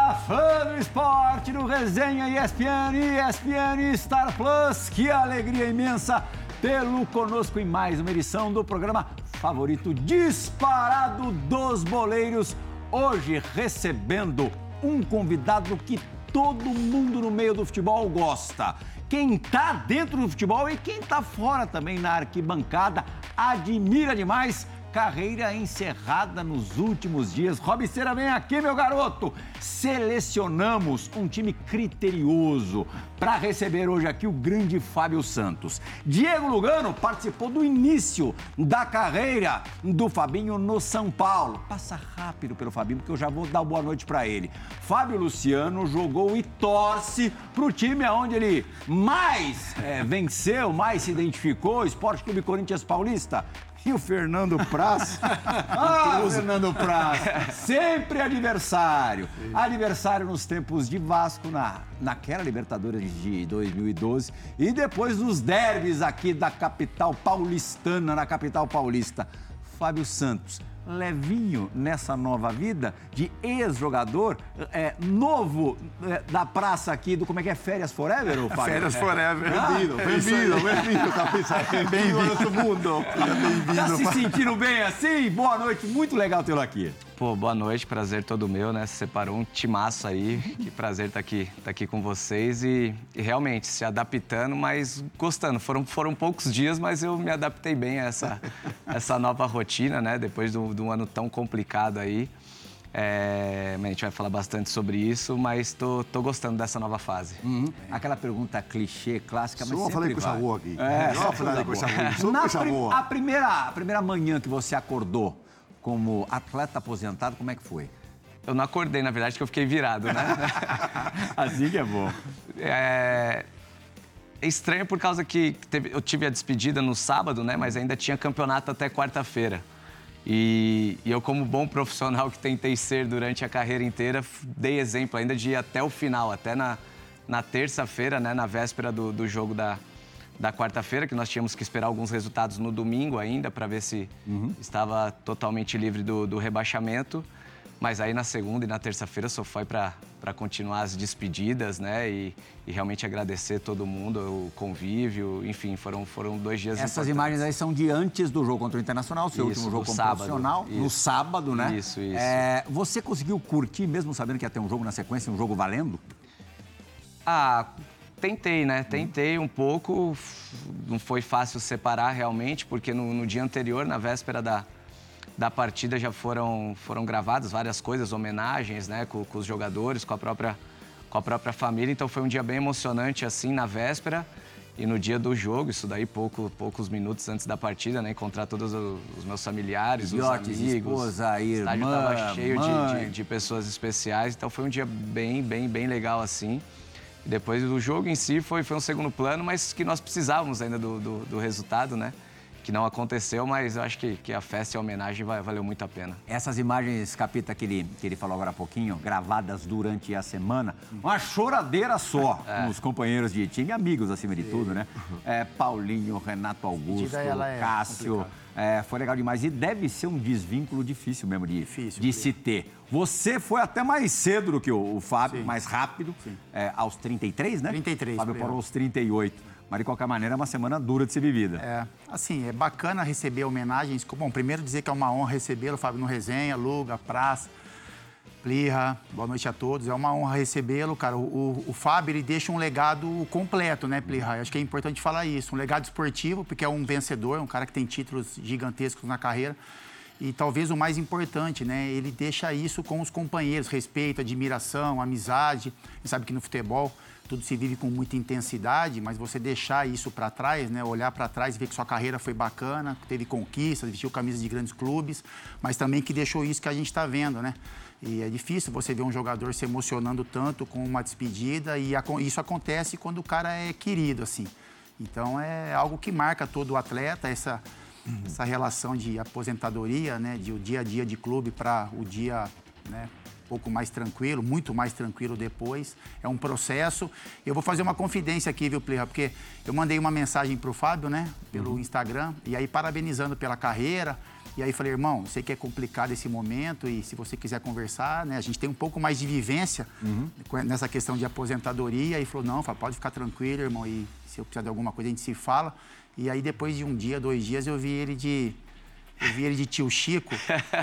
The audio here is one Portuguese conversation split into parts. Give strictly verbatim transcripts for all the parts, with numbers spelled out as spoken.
Fala, fã do esporte, no Resenha E S P N, E S P N Star Plus. Que alegria imensa tê-lo conosco em mais uma edição do programa favorito disparado dos boleiros. Hoje recebendo um convidado que todo mundo no meio do futebol gosta. Quem tá dentro do futebol e quem tá fora também na arquibancada admira demais. Carreira encerrada nos últimos dias. Robiceira, vem aqui, meu garoto. Selecionamos um time criterioso para receber hoje aqui o grande Fábio Santos. Diego Lugano participou do início da carreira do Fabinho no São Paulo. Passa rápido pelo Fabinho, porque eu já vou dar boa noite para ele. Fábio Luciano jogou e torce para o time onde ele mais é, venceu, mais se identificou, Esporte Clube Corinthians Paulista. E o Fernando Praz. Ah, Fernando Praz. Sempre adversário. Adversário nos tempos de Vasco, na, naquela Libertadores de dois mil e doze. E depois nos derbys aqui da capital paulistana, na capital paulista. Fábio Santos, levinho nessa nova vida de ex-jogador, é, novo é, da praça aqui do, como é que é, Férias Forever, ou Fábio? Férias Forever. Ah, bem-vindo, bem-vindo, bem-vindo, cabeça. Bem-vindo ao nosso mundo. Bem-vindo. Tá se sentindo bem assim? Boa noite, muito legal tê-lo aqui. Pô, boa noite, prazer todo meu, né? Você separou um timaço aí, que prazer estar aqui, tá aqui com vocês e, e realmente se adaptando, mas gostando. Foram, foram poucos dias, mas eu me adaptei bem a essa, essa nova rotina, né? Depois de um ano tão complicado aí. É, a gente vai falar bastante sobre isso, mas tô, tô gostando dessa nova fase. Uhum. Aquela pergunta clichê, clássica, mas Só sempre falei coisa vai. boa aqui. É, Só falei coisa boa. Só Na coisa prim- boa. A primeira, a primeira manhã que você acordou como atleta aposentado, como é que foi? Eu não acordei, na verdade, que eu fiquei virado, né? Assim que é bom. É... é estranho por causa que teve... eu tive a despedida no sábado, né? Mas ainda tinha campeonato até quarta-feira. E... e eu, como bom profissional que tentei ser durante a carreira inteira, dei exemplo ainda de ir até o final, até na, na terça-feira, né? Na véspera do, do jogo da... da quarta-feira, que nós tínhamos que esperar alguns resultados no domingo ainda, para ver se uhum. estava totalmente livre do, do rebaixamento. Mas aí na segunda e na terça-feira só foi para continuar as despedidas, né? E, e realmente agradecer todo mundo, o convívio, enfim, foram, foram dois dias Essas importantes. imagens aí são de antes do jogo contra o Internacional, seu isso, último jogo como sábado, profissional, isso. no sábado, né? Isso, isso. É, você conseguiu curtir, mesmo sabendo que ia ter um jogo na sequência, um jogo valendo? Ah... Tentei, né? Tentei um pouco, não foi fácil separar realmente, porque no, no dia anterior, na véspera da, da partida, já foram, foram gravadas várias coisas, homenagens, né? Com, com os jogadores, com a, própria, com a própria família. Então foi um dia bem emocionante, assim, na véspera. E no dia do jogo, isso daí pouco, poucos minutos antes da partida, né? Encontrar todos os meus familiares, Filhotes, os amigos. esposa, irmã, o estádio estava cheio mãe. de, de, de pessoas especiais. Então foi um dia bem, bem, bem legal, assim. E depois do jogo em si foi, foi um segundo plano, mas que nós precisávamos ainda do, do, do resultado, né? Que não aconteceu, mas eu acho que, que a festa e a homenagem vai, valeu muito a pena. Essas imagens, Capita, que ele, que ele falou agora há pouquinho, gravadas durante a semana, uma choradeira só é. com os companheiros de time, amigos acima de tudo, né? É, Paulinho, Renato Augusto, é Cássio. É, foi legal demais. E deve ser um desvínculo difícil mesmo de, difícil, de se ter. Você foi até mais cedo do que o, o Fábio, sim. mais rápido, é, aos trinta e três, né? trinta e três. Fábio parou aos trinta e oito. Mas, de qualquer maneira, é uma semana dura de ser vivida. É, assim, é bacana receber homenagens. Bom, primeiro dizer que é uma honra recebê-lo, Fábio, no Resenha, Luga, Praz, Plirra, boa noite a todos. É uma honra recebê-lo, cara. O, o, o Fábio, ele deixa um legado completo, né, Plirra? Acho que é importante falar isso. Um legado esportivo, porque é um vencedor, um cara que tem títulos gigantescos na carreira. E talvez o mais importante, né? Ele deixa isso com os companheiros, respeito, admiração, amizade. Você sabe que no futebol tudo se vive com muita intensidade, mas você deixar isso para trás, né? Olhar para trás e ver que sua carreira foi bacana, teve conquistas, vestiu camisas de grandes clubes, mas também que deixou isso que a gente está vendo, né? E é difícil você ver um jogador se emocionando tanto com uma despedida e isso acontece quando o cara é querido, assim. Então é algo que marca todo o atleta, essa... essa relação de aposentadoria, né, de o dia a dia de clube para o dia, né, um pouco mais tranquilo, muito mais tranquilo depois. É um processo. Eu vou fazer uma confidência aqui, viu, Plirra? Porque eu mandei uma mensagem para o Fábio, né, pelo uhum. Instagram, e aí parabenizando pela carreira, E aí falei, irmão, sei que é complicado esse momento e se você quiser conversar, né? A gente tem um pouco mais de vivência uhum. nessa questão de aposentadoria. E falou, não, pode ficar tranquilo, irmão, e se eu precisar de alguma coisa a gente se fala. E aí depois de um dia, dois dias, eu vi ele de... Eu vi ele de tio Chico.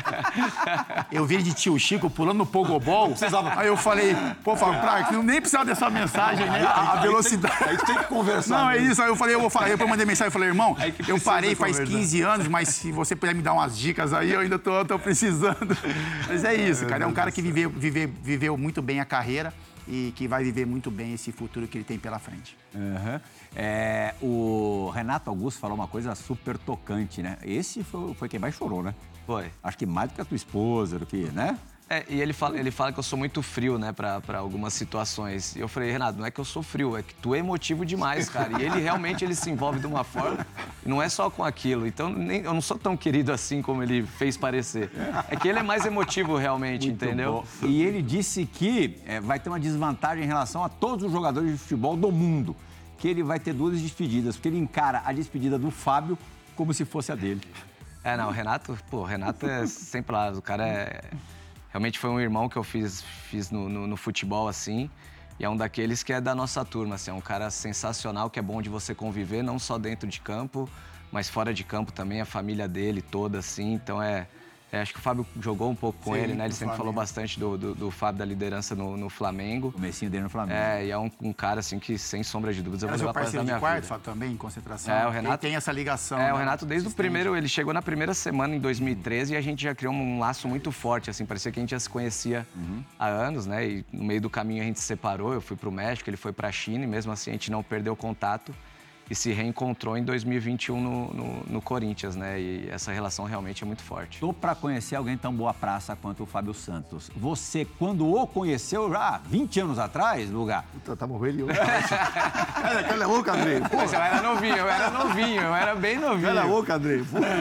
Eu vi ele de tio Chico pulando no pogobol. Aí eu falei, pô, Fábio, pra, nem precisava dessa mensagem, né? A, a velocidade. Aí tem que conversar. Não, é isso. Aí eu falei, eu vou falar. Aí eu mandei mensagem e falei, irmão, eu parei faz quinze anos, mas se você puder me dar umas dicas aí, eu ainda tô, tô precisando. Mas é isso, cara. É um cara que viveu, viveu, viveu muito bem a carreira e que vai viver muito bem esse futuro que ele tem pela frente. Uhum. É, o Renato Augusto falou uma coisa super tocante, né? Esse foi, foi quem mais chorou, né? Foi. Acho que mais do que a tua esposa, do que, né? É, e ele fala, ele fala que eu sou muito frio, né, pra, pra algumas situações. E eu falei, Renato, não é que eu sou frio, é que tu é emotivo demais, cara. E ele realmente ele se envolve de uma forma, e não é só com aquilo. Então, nem, eu não sou tão querido assim como ele fez parecer. É que ele é mais emotivo realmente, muito entendeu? Bom. E ele disse que é, vai ter uma desvantagem em relação a todos os jogadores de futebol do mundo. Que ele vai ter duas despedidas, porque ele encara a despedida do Fábio como se fosse a dele. É, não, o Renato, pô, o Renato é sempre lá, o cara é... Realmente foi um irmão que eu fiz, fiz no, no, no futebol, assim, e é um daqueles que é da nossa turma, assim, é um cara sensacional, que é bom de você conviver, não só dentro de campo, mas fora de campo também, a família dele toda, assim, então é... É, acho que o Fábio jogou um pouco com Sim, ele, né? Ele sempre Flamengo. falou bastante do, do, do Fábio, da liderança no, no Flamengo. O comecinho dele no Flamengo. É, e é um, um cara, assim, que sem sombra de dúvidas eu vou levar para a minha quarto, vida. Fábio, também, em concentração. É, o Renato... Ele tem essa ligação. É, né? o Renato desde o primeiro... Ele chegou na primeira semana, em dois mil e treze, e a gente já criou um laço muito forte, assim. Parecia que a gente já se conhecia uhum. há anos, né? E no meio do caminho a gente se separou. Eu fui para o México, ele foi para a China, e mesmo assim a gente não perdeu contato. E se reencontrou em dois mil e vinte e um no, no, no Corinthians, né? E essa relação realmente é muito forte. Tô para conhecer alguém tão boa praça quanto o Fábio Santos. Você, quando o conheceu já vinte anos atrás, Lugar? Puta, estamos velhos. Cala, cala a boca, André. Mas eu era novinho, eu era novinho, eu era bem novinho. Cala a boca, André.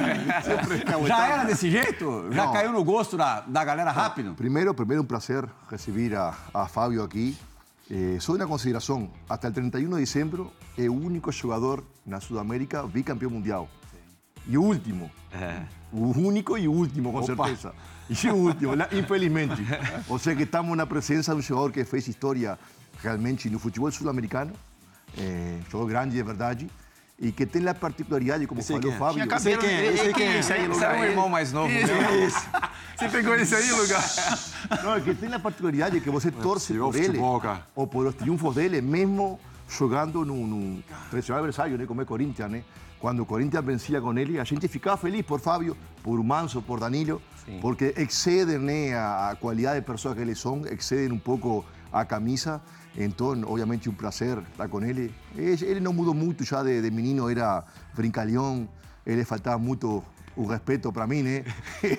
Já era desse jeito? Já Não. caiu no gosto da, da galera rápido? Primeiro, primeiro um prazer receber a, a Fábio aqui. Eh, só uma consideração, até o trinta e um de dezembro é o único jogador na Sudamérica bicampeão mundial. Sim. E o último. É. O único e o último, com Opa. certeza. E o último, infelizmente. Ou seja, que estamos na presença de um jogador que fez história realmente no futebol sul-americano, eh, jogador grande de verdade, e que tem a particularidade, como falou o Fábio... Tinha sei quem é, sei quem é esse aí, Lugar. Você é um irmão mais novo. Isso, meu. Isso. Você pegou esse aí, Lugar? Não, é que tem a particularidade que você torce por ele, ou por os triunfos dele, mesmo jogando no, no tradicional adversário, né, como é Corinthians, né? Quando o Corinthians vencia com ele, a gente ficava feliz por Fábio, por Manso, por Danilo, Sim. porque excedem, né, a qualidade de pessoa que eles são, excedem um pouco a camisa. Então, obviamente, um prazer estar com ele. Ele não mudou muito já de, de menino, era brincalhão, ele faltava muito o respeito para mim, né?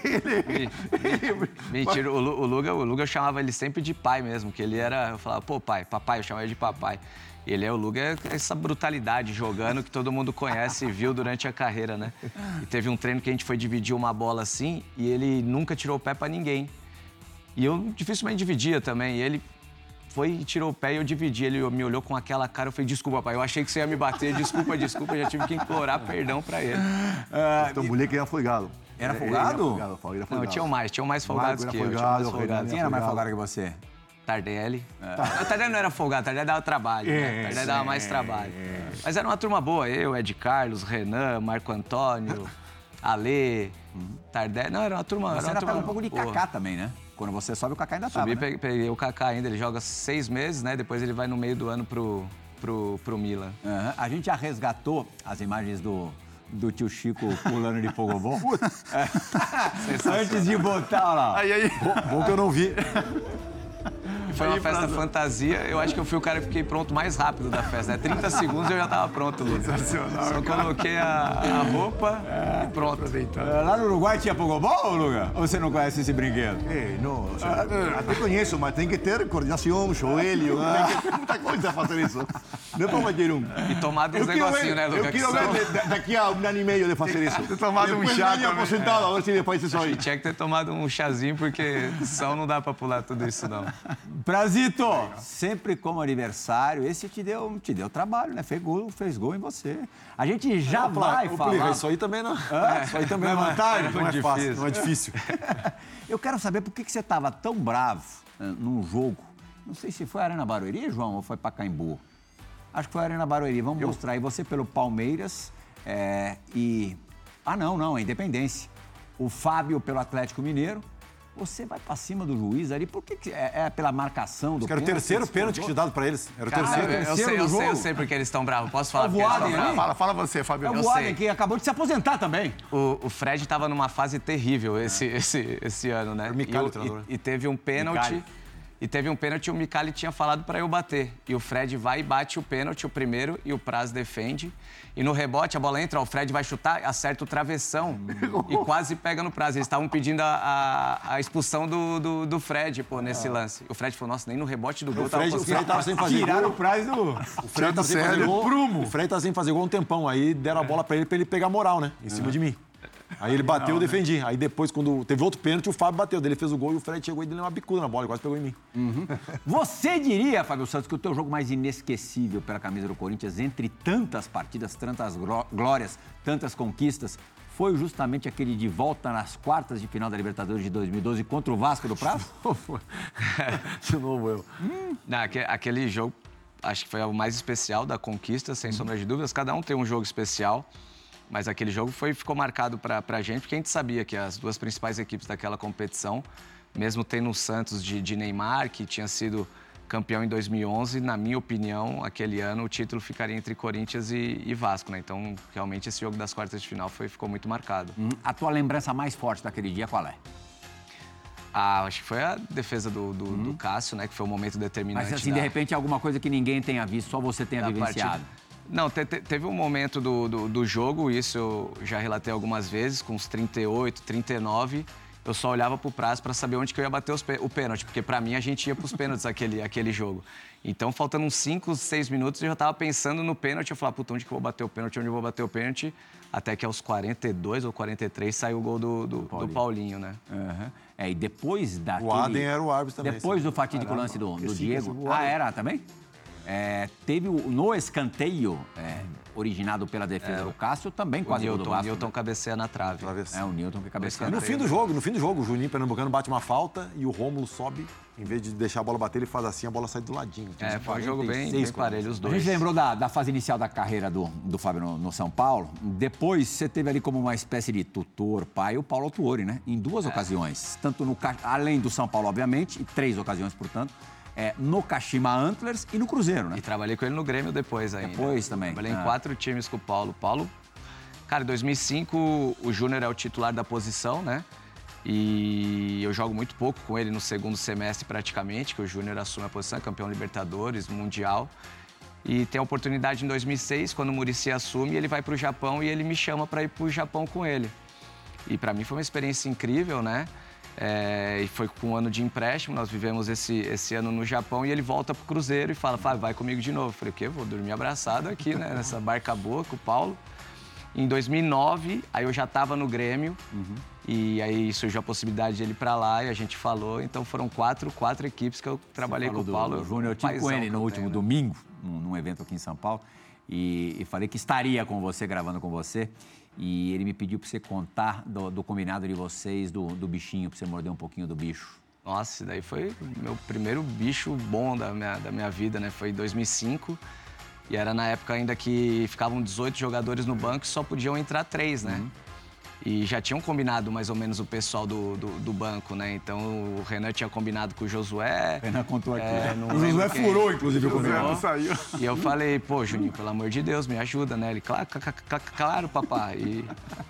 Mentira, o, o, Luga, o Luga eu chamava ele sempre de pai mesmo, que ele era, eu falava, pô, pai, papai, eu chamava ele de papai. Ele é o Luga, é essa brutalidade jogando que todo mundo conhece e viu durante a carreira, né? E teve um treino que a gente foi dividir uma bola assim e ele nunca tirou o pé para ninguém. E eu dificilmente dividia também, e ele... foi e tirou o pé e eu dividi. Ele me olhou com aquela cara, eu falei, desculpa, pai, eu achei que você ia me bater, desculpa, desculpa, já tive que implorar perdão pra ele. Ah, então, o moleque era folgado. Era folgado? Era folgado, era folgado. Não, tinham mais, tinham mais folgados que eu. Folgado, eu folgado. Quem era mais folgado que você? Tardelli. É. O Tardelli não era folgado, Tardelli dava trabalho, é, né? Tardelli dava mais trabalho. É. Mas era uma turma boa, eu, Ed Carlos, Renan, Marco Antônio, Alê, uhum. Tardelli. Não, era uma turma... Você era uma ainda turma pega um pouco de boa. Kaká também, né? Quando você sobe, o Kaká ainda Subi, tava, né? peguei o Kaká ainda, ele joga seis meses, né? Depois ele vai no meio do ano pro, pro, pro Milan. Uhum. A gente já resgatou as imagens do, do tio Chico pulando de pogobol. é. Antes de botar lá. Aí, aí. Bom, bom que eu não vi. Foi uma festa fantasia. Eu acho que eu fui o cara que fiquei pronto mais rápido da festa. Né? trinta segundos eu já tava pronto, Lucas. Sensacional. Só coloquei a, a roupa é, e pronto. Lá no Uruguai tinha pogobol, Lucas? Ou você não conhece esse brinquedo? É, não. O sea, até conheço, mas tem que ter coordenação, joelho. Tem que ter muita coisa a fazer isso. Não é para fazer um. E tomado uns negocinhos, né, Lucas? Eu quero ver são... daqui a um ano e meio de fazer isso. Ter tomado um chá também. Aposentado, é. A ver se depois isso aí. Tinha que ter tomado um chazinho, porque só não dá para pular tudo isso, não. Prazito, sempre como aniversário, esse te deu, te deu trabalho, né? Fez gol, fez gol em você. A gente já não, vai falar... Plica, isso aí também não... É, isso aí também não é vantagem, não, não é fácil, não é difícil. Eu quero saber por que, que você estava tão bravo uh, num jogo. Não sei se foi Arena Barueri, João, ou foi Pacaembu. Acho que foi Arena Barueri. Vamos Eu? mostrar aí você pelo Palmeiras é, e... Ah, não, não, é Independência. O Fábio pelo Atlético Mineiro. Você vai pra cima do juiz ali, por que, que é, é pela marcação do pênalti? Era o terceiro pênalti que tinha dado pra eles. Era o Cara, terceiro. Eu, eu, sei, eu, sei, eu sei porque eles estão bravos. Posso falar? É o Boaden ali? Fala, fala você, Fábio. É o Boaden que acabou de se aposentar também. O, o Fred estava numa fase terrível esse, é. esse, esse ano, né? O Micali, e, o treinador. E, e teve um pênalti... E teve um pênalti, o Micali tinha falado para eu bater. E o Fred vai e bate o pênalti, o primeiro, e o Praz defende. E no rebote, a bola entra, o Fred vai chutar, acerta o travessão e quase pega no Praz. Eles estavam pedindo a, a, a expulsão do, do, do Fred, pô, nesse ah. lance. O Fred falou, nossa, nem no rebote do gol o Fred, tava o Fred tava sem fazer Tiraram gol. o Praz do... O Fred tava sem fazer gol. Prumo. O Fred tava sem fazer gol um tempão. Aí deram a bola para ele, para ele pegar moral, né? Em cima é. de mim. Aí ele bateu, eu defendi. Aí depois, quando teve outro pênalti, o Fábio bateu. Daí ele fez o gol e o Fred chegou e deu uma bicuda na bola, quase pegou em mim. Uhum. Você diria, Fábio Santos, que o teu jogo mais inesquecível pela camisa do Corinthians, entre tantas partidas, tantas glórias, tantas conquistas, foi justamente aquele de volta nas quartas de final da Libertadores de dois mil e doze contra o Vasco do Prazo? De novo eu. Hum. Não, aquele jogo, acho que foi o mais especial da conquista, sem hum. sombra de dúvidas. Cada um tem um jogo especial. Mas aquele jogo foi, ficou marcado para a gente, porque a gente sabia que as duas principais equipes daquela competição, mesmo tendo o Santos de, de Neymar, que tinha sido campeão em dois mil e onze, na minha opinião, aquele ano o título ficaria entre Corinthians e, e Vasco, né? Então, realmente, esse jogo das quartas de final foi, ficou muito marcado. Hum, a tua lembrança mais forte daquele dia qual é? Ah, acho que foi a defesa do, do, hum. do Cássio, né? Que foi um momento determinante. Mas, assim, da... de repente, alguma coisa que ninguém tenha visto, só você tenha vivenciado. Partida. Não, te, te, teve um momento do, do, do jogo, isso eu já relatei algumas vezes, com uns trinta e oito, trinta e nove, eu só olhava pro prazo para saber onde que eu ia bater os, o pênalti, porque para mim a gente ia pros pênaltis aquele, aquele jogo. Então, faltando uns cinco, seis minutos, eu já tava pensando no pênalti, eu falava, puta, onde que eu vou bater o pênalti, onde eu vou bater o pênalti, até que aos quarenta e dois ou quarenta e três saiu o gol do, do, do, Paulinho. do Paulinho, né? Uhum. É, e depois daquele... O Adem era o árbitro também. Depois do fatídico lance do, do Diego... Ah, era também? É, teve o, no escanteio, é, originado pela defesa é, do Cássio, também quase o gol do Vasco. O Newton cabeceia na trave. É, o Newton que cabeceia na trave. No fim do jogo, no fim do jogo, o Juninho Pernambucano bate uma falta e o Rômulo sobe, em vez de deixar a bola bater, ele faz assim, a bola sai do ladinho. É, foi um jogo bem, bem parelho, os dois. A gente lembrou da, da fase inicial da carreira do, do Fábio no, no São Paulo. Depois, você teve ali como uma espécie de tutor, pai, o Paulo Autuori, né? Em duas é. ocasiões. Tanto no, além do São Paulo, obviamente, em três ocasiões, portanto. É, no Kashima Antlers e no Cruzeiro, né? E trabalhei com ele no Grêmio depois ainda. Depois também. Trabalhei ah. em quatro times com o Paulo. Paulo, cara, em dois mil e cinco o Júnior é o titular da posição, né? E eu jogo muito pouco com ele no segundo semestre praticamente, que o Júnior assume a posição, é campeão Libertadores, Mundial. E tem a oportunidade em dois mil e seis, quando o Muricy assume, ele vai para o Japão e ele me chama para ir para o Japão com ele. E para mim foi uma experiência incrível, né? É, e foi com um ano de empréstimo, nós vivemos esse, esse ano no Japão e ele volta pro Cruzeiro e fala, Fábio, vai comigo de novo. Eu falei, o quê? Vou dormir abraçado aqui, né? Nessa barca boa com o Paulo. Em dois mil e nove, aí eu já estava no Grêmio uhum. e aí surgiu a possibilidade de ele ir para lá e a gente falou. Então foram quatro, quatro equipes que eu trabalhei com o Paulo. O Júnior, eu tive com ele no último tenho, domingo, num, num evento aqui em São Paulo, e, e falei que estaria com você, gravando com você. E ele me pediu para você contar do, do combinado de vocês, do, do bichinho, para você morder um pouquinho do bicho. Nossa, daí foi o meu primeiro bicho bom da minha, da minha vida, né? Foi em dois mil e cinco e era na época ainda que ficavam dezoito jogadores no banco e só podiam entrar três, né? Uhum. E já tinham combinado mais ou menos o pessoal do, do, do banco, né? Então o Renan tinha combinado com o Josué. O Renan contou aqui. É, o Josué quem. furou, inclusive, o combinado. Não saiu. E eu falei, pô, Juninho, pelo amor de Deus, me ajuda, né? Ele, claro, claro, papai. E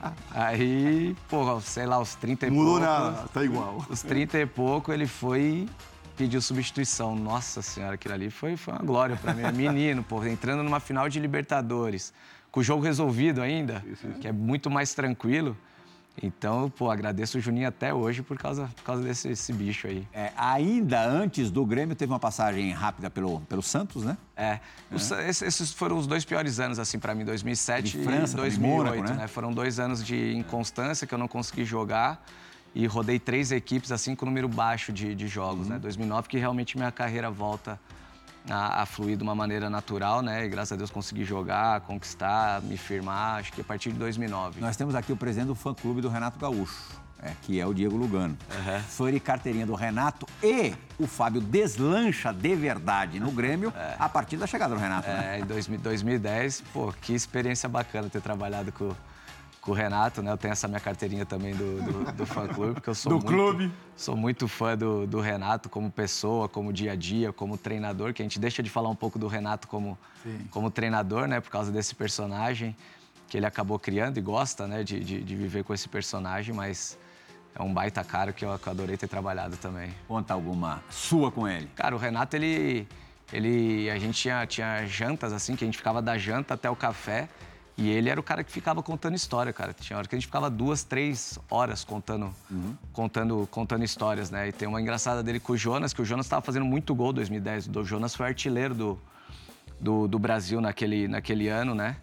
aí, pô, sei lá, os trinta e pouco. Mudou nada, tá igual. Os trinta e pouco, ele foi pediu substituição. Nossa Senhora, aquilo ali foi, foi uma glória pra mim. Menino, pô, entrando numa final de Libertadores, com o jogo resolvido ainda, isso, isso. que é muito mais tranquilo. Então, pô, agradeço o Juninho até hoje por causa, por causa desse esse bicho aí. É, ainda antes do Grêmio, teve uma passagem rápida pelo, pelo Santos, né? É. é. Os, esses foram os dois piores anos, assim, pra mim, dois mil e sete França, e dois mil e oito, Mônaco, né? né? Foram dois anos de inconstância que eu não consegui jogar. e rodei três equipes, assim, com número baixo de, de jogos, uhum. né? dois mil e nove, que realmente minha carreira volta a, a fluir de uma maneira natural, né? E graças a Deus consegui jogar, conquistar, me firmar, acho que a partir de dois mil e nove. Nós temos aqui o presidente do fã-clube do Renato Gaúcho, é, que é o Diego Lugano. Uhum. Fã de carteirinha do Renato e o Fábio deslancha de verdade no Grêmio é. a partir da chegada do Renato, É, né? em dois mil e dez, pô, que experiência bacana ter trabalhado com... com o Renato, né? Eu tenho essa minha carteirinha também do, do, do fã-clube, porque eu sou do muito, clube. Sou muito fã do, do Renato como pessoa, como dia a dia, como treinador, que a gente deixa de falar um pouco do Renato como, como treinador, né? Por causa desse personagem que ele acabou criando e gosta, né? De, de, de viver com esse personagem, mas é um baita cara que eu, que eu adorei ter trabalhado também. Conta alguma sua com ele. Cara, o Renato, ele... ele a gente tinha, tinha jantas, assim, que a gente ficava da janta até o café. E ele era o cara que ficava contando história, cara. Tinha hora que a gente ficava duas, três horas contando, uhum. contando, contando histórias, né? E tem uma engraçada dele com o Jonas, que o Jonas estava fazendo muito gol em dois mil e dez. O Jonas foi artilheiro do, do, do Brasil naquele, naquele ano, né?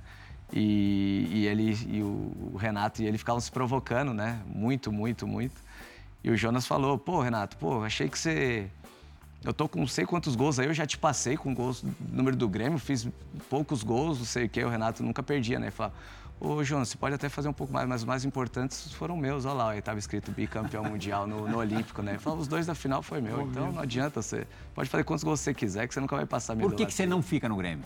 E, e ele e o, o Renato e ele ficavam se provocando, né? Muito, muito, muito. E o Jonas falou, pô, Renato, pô, achei que você... Eu tô com não sei quantos gols aí, eu já te passei com gols, número do Grêmio, fiz poucos gols, não sei o quê, o Renato nunca perdia, né? Fala, ô, Jonas, você pode até fazer um pouco mais, mas os mais importantes foram meus, olha lá, aí tava escrito bicampeão mundial no, no Olímpico, né? Ele falou, os dois da final foi meu, então não adianta, você pode fazer quantos gols você quiser, que você nunca vai passar meu. Por que, que você não fica no Grêmio?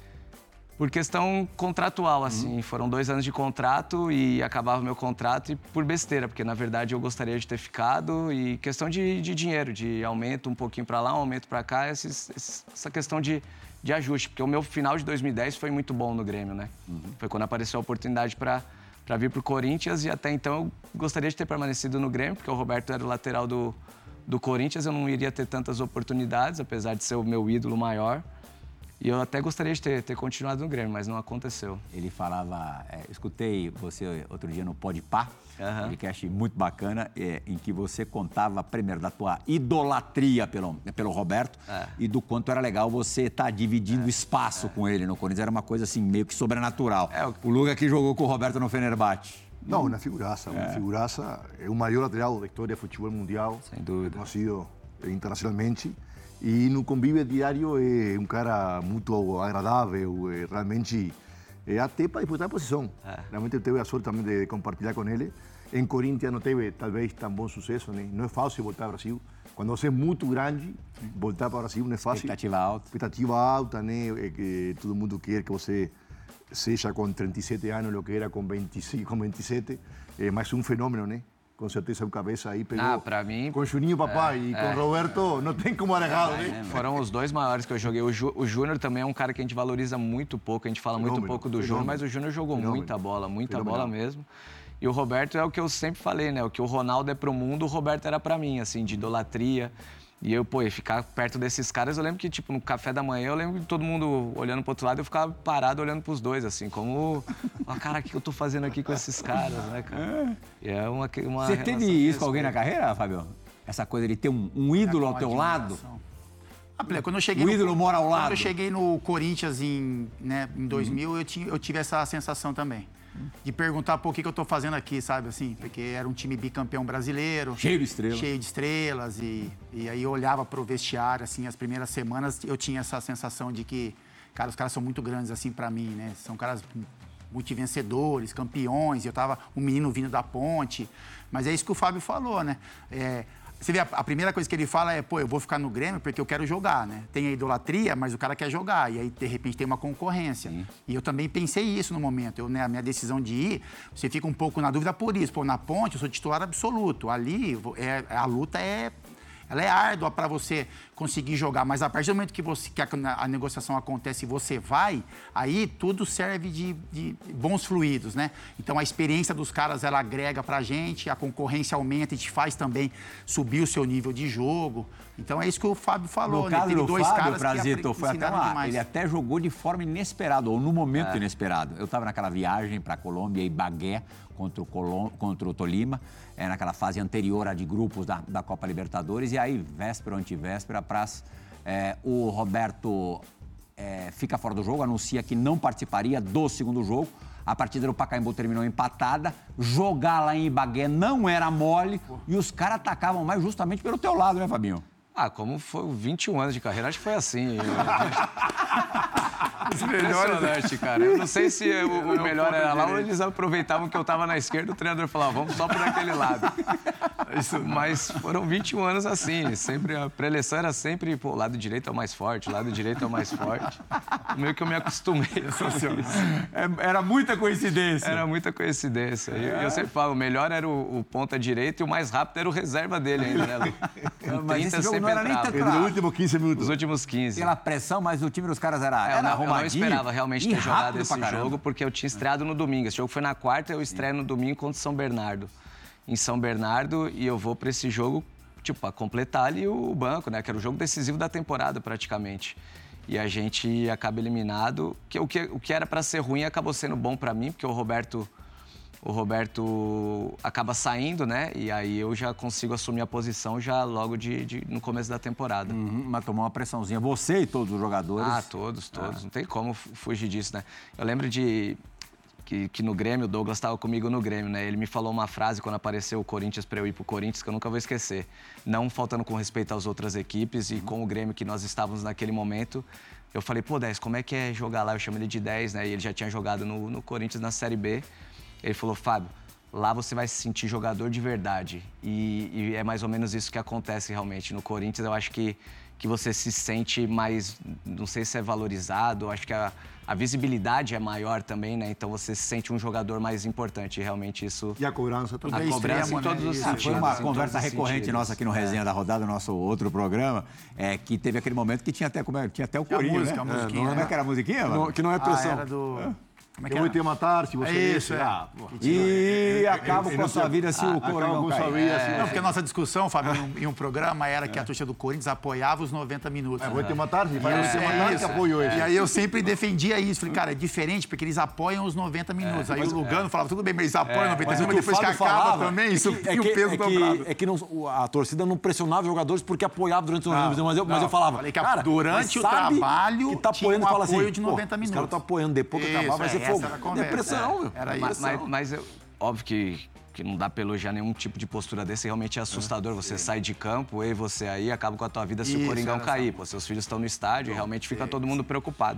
Por questão contratual, assim. Uhum. Foram dois anos de contrato e acabava o meu contrato e por besteira, porque, na verdade, eu gostaria de ter ficado e questão de, de dinheiro, de aumento um pouquinho para lá, um aumento para cá, esses, esses, essa questão de, de ajuste, porque o meu final de dois mil e dez foi muito bom no Grêmio, né? Uhum. Foi quando apareceu a oportunidade para para vir para o Corinthians e até então eu gostaria de ter permanecido no Grêmio, porque o Roberto era o lateral do, do Corinthians, eu não iria ter tantas oportunidades, apesar de ser o meu ídolo maior. E eu até gostaria de ter, ter continuado no Grêmio, mas não aconteceu. Ele falava... É, escutei você outro dia no Podpah, uhum. podcast muito bacana, é, em que você contava, primeiro, da tua idolatria pelo, pelo Roberto é. e do quanto era legal você estar tá dividindo é. espaço é. com ele no Corinthians. Era uma coisa, assim, meio que sobrenatural. É, o... o Luga que jogou com o Roberto no Fenerbahçe. Não, uma figuraça. Uma é. figuraça. É o maior lateral da história do futebol mundial. Sem dúvida. Conhecido internacionalmente. E no convívio diário é um cara muito agradável, é, realmente, é, até para disputar a posição. É. Realmente eu tive a sorte também de compartilhar com ele. Em Corinthians não teve, talvez, tão bom sucesso, né? Não é fácil voltar ao Brasil. Quando você é muito grande, voltar para o Brasil não é fácil. Expectativa alta. Expectativa alta, né? É que todo mundo quer que você seja com trinta e sete anos, o que era com veinticinco, com vinte e sete. É mais um fenômeno, né? Com certeza o cabeça aí pegou. Ah, pra mim... Com Juninho Papai é, e com é, Roberto, não tem como alegar, é, né? Foram os dois maiores que eu joguei. O, Jú, o Júnior também é um cara que a gente valoriza muito pouco, a gente fala fenômeno, muito pouco do Júnior, mas o Júnior jogou fenômeno, muita bola, muita fenômeno. bola mesmo. E o Roberto é o que eu sempre falei, né? O que o Ronaldo é pro mundo, o Roberto era pra mim, assim, de idolatria. E eu, pô, ficar perto desses caras, eu lembro que, tipo, no café da manhã, eu lembro que todo mundo olhando pro outro lado, eu ficava parado olhando pros dois, assim, como... Ó, cara, o que eu tô fazendo aqui com esses caras, né, cara? E é uma, uma Você teve isso com alguém na carreira, Fábio? Essa coisa de ter um, um ídolo é ao teu lado? Ah, quando eu cheguei o no, ídolo mora ao lado. Quando eu cheguei no Corinthians em, né, em dois mil, uhum. eu, tinha, eu tive essa sensação também. De perguntar, pô, o que, que eu tô fazendo aqui, sabe, assim? Porque era um time bicampeão brasileiro. Cheio de estrelas. Cheio de estrelas. E, e aí eu olhava pro vestiário, assim, as primeiras semanas eu tinha essa sensação de que, cara, os caras são muito grandes, assim, pra mim, né? São caras multivencedores, campeões. E eu tava um menino vindo da ponte. Mas é isso que o Fábio falou, né? É, você vê, a, a primeira coisa que ele fala é, pô, eu vou ficar no Grêmio porque eu quero jogar, né? Tem a idolatria, mas o cara quer jogar. E aí, de repente, tem uma concorrência. Sim. E eu também pensei isso no momento. Eu, né, a minha decisão de ir, você fica um pouco na dúvida por isso. Pô, na Ponte, eu sou titular absoluto. Ali, é, a luta é... Ela é árdua para você conseguir jogar, mas a partir do momento que, você, que a, a negociação acontece e você vai, aí tudo serve de, de bons fluidos, né? Então, a experiência dos caras, ela agrega para a gente, a concorrência aumenta e te faz também subir o seu nível de jogo. Então, é isso que o Fábio falou. No caso né? Teve do dois Fábio, caras Frazito, que foi até lá. demais. Ele até jogou de forma inesperada, ou no momento é. inesperado. Eu estava naquela viagem para a Colômbia, em Bagué, contra o, Colom... contra o Tolima, é, naquela fase anterior à de grupos da, da Copa Libertadores, e aí, véspera ou antivéspera, pras, é, o Roberto é, fica fora do jogo, anuncia que não participaria do segundo jogo. A partida no Pacaembu terminou empatada. Jogar lá em Ibagué não era mole. E os caras atacavam mais justamente pelo teu lado, né, Fabinho? Ah, como foi vinte e um anos de carreira, acho que foi assim. Os melhores, impressionante, cara. Eu não sei se o, o melhor era lá ou eles aproveitavam que eu tava na esquerda, o treinador falava, vamos só por aquele lado. Isso, mas foram vinte e um anos assim, sempre a preleção era sempre, pô, o lado direito é o mais forte, o lado direito é o mais forte. Meio que eu me acostumei com isso. É, era muita coincidência. Era muita coincidência. E eu, eu sempre falo, o melhor era o, o ponta direito e o mais rápido era o reserva dele ainda, né, Lu? Mas esse jogo não era nem tanto. Nos últimos quinze minutos. Os últimos quinze. Pela pressão, mas o time dos caras era, é, era não, arrumadinho. Eu não esperava realmente ter jogado esse pra jogo, porque eu tinha estreado no domingo. Esse jogo foi na quarta, eu estreio no domingo contra o São Bernardo. Em São Bernardo, e eu vou para esse jogo, tipo, para completar ali o banco, né? Que era o jogo decisivo da temporada, praticamente. E a gente acaba eliminado. Que, o, que, o que era para ser ruim acabou sendo bom para mim, porque o Roberto... O Roberto acaba saindo, né? E aí eu já consigo assumir a posição já logo de, de, no começo da temporada. Uhum, mas tomou uma pressãozinha. Você e todos os jogadores? Ah, todos, todos. Ah. Não tem como fugir disso, né? Eu lembro de que, que no Grêmio, o Douglas estava comigo no Grêmio, né? Ele me falou uma frase quando apareceu o Corinthians para eu ir pro Corinthians que eu nunca vou esquecer. Não faltando com respeito às outras equipes e com o Grêmio que nós estávamos naquele momento. Eu falei, pô, dez, como é que é jogar lá? Eu chamo ele de dez, né? E ele já tinha jogado no, no Corinthians na Série B. Ele falou, Fábio, lá você vai se sentir jogador de verdade. E, e é mais ou menos isso que acontece realmente. No Corinthians, eu acho que, que você se sente mais, não sei se é valorizado, acho que a, a visibilidade é maior também, né? Então você se sente um jogador mais importante. E realmente isso... E a cobrança também. A cobrança extremo, em todos né? os Isso. sentidos. Foi uma conversa recorrente recorrente nossa aqui no Resenha da Rodada, no nosso outro programa, é, que teve aquele momento que tinha até, como é, tinha até o corinho, música, né? a musiquinha, É, como é que era a musiquinha, mano? Não, que não é pressão. Ah, era do... Como é que eu vou te matar se você... É isso, é. Ah, E acaba com a sua vida se o Corinthians com sua cair. vida, É. assim. Não, porque a nossa discussão, Fábio, em um, em um programa era que a torcida do Corinthians apoiava os noventa minutos. Eu vou te matar se vai É, você é matar, isso. que apoio esse. E aí eu sempre defendia isso. Falei, cara, é diferente porque eles apoiam os noventa minutos. aí o Lugano falava, tudo bem, mas eles apoiam noventa Mas minutos, o que mas o depois que Fábio acaba falava também, é isso que- tem é o que- peso é dobrado. que, é que não, a torcida não pressionava os jogadores porque apoiava durante os noventa minutos. Mas eu, mas eu falava, Falei que cara, durante mas o sabe trabalho que tá tinha apoiando um e fala apoio assim, de pô, noventa Os minutos. caras estão apoiando, depois que Isso, acabar vai é, ser essa fogo. era a conversa. Depressão, meu. Era Mas, isso. mas, mas eu, óbvio que, que não dá pra elogiar nenhum tipo de postura desse, realmente é assustador. Você sai de campo, eu e você aí, acaba com a tua vida se Isso, o Coringão era cair. Pô, seus filhos estão no estádio e realmente fica todo mundo preocupado.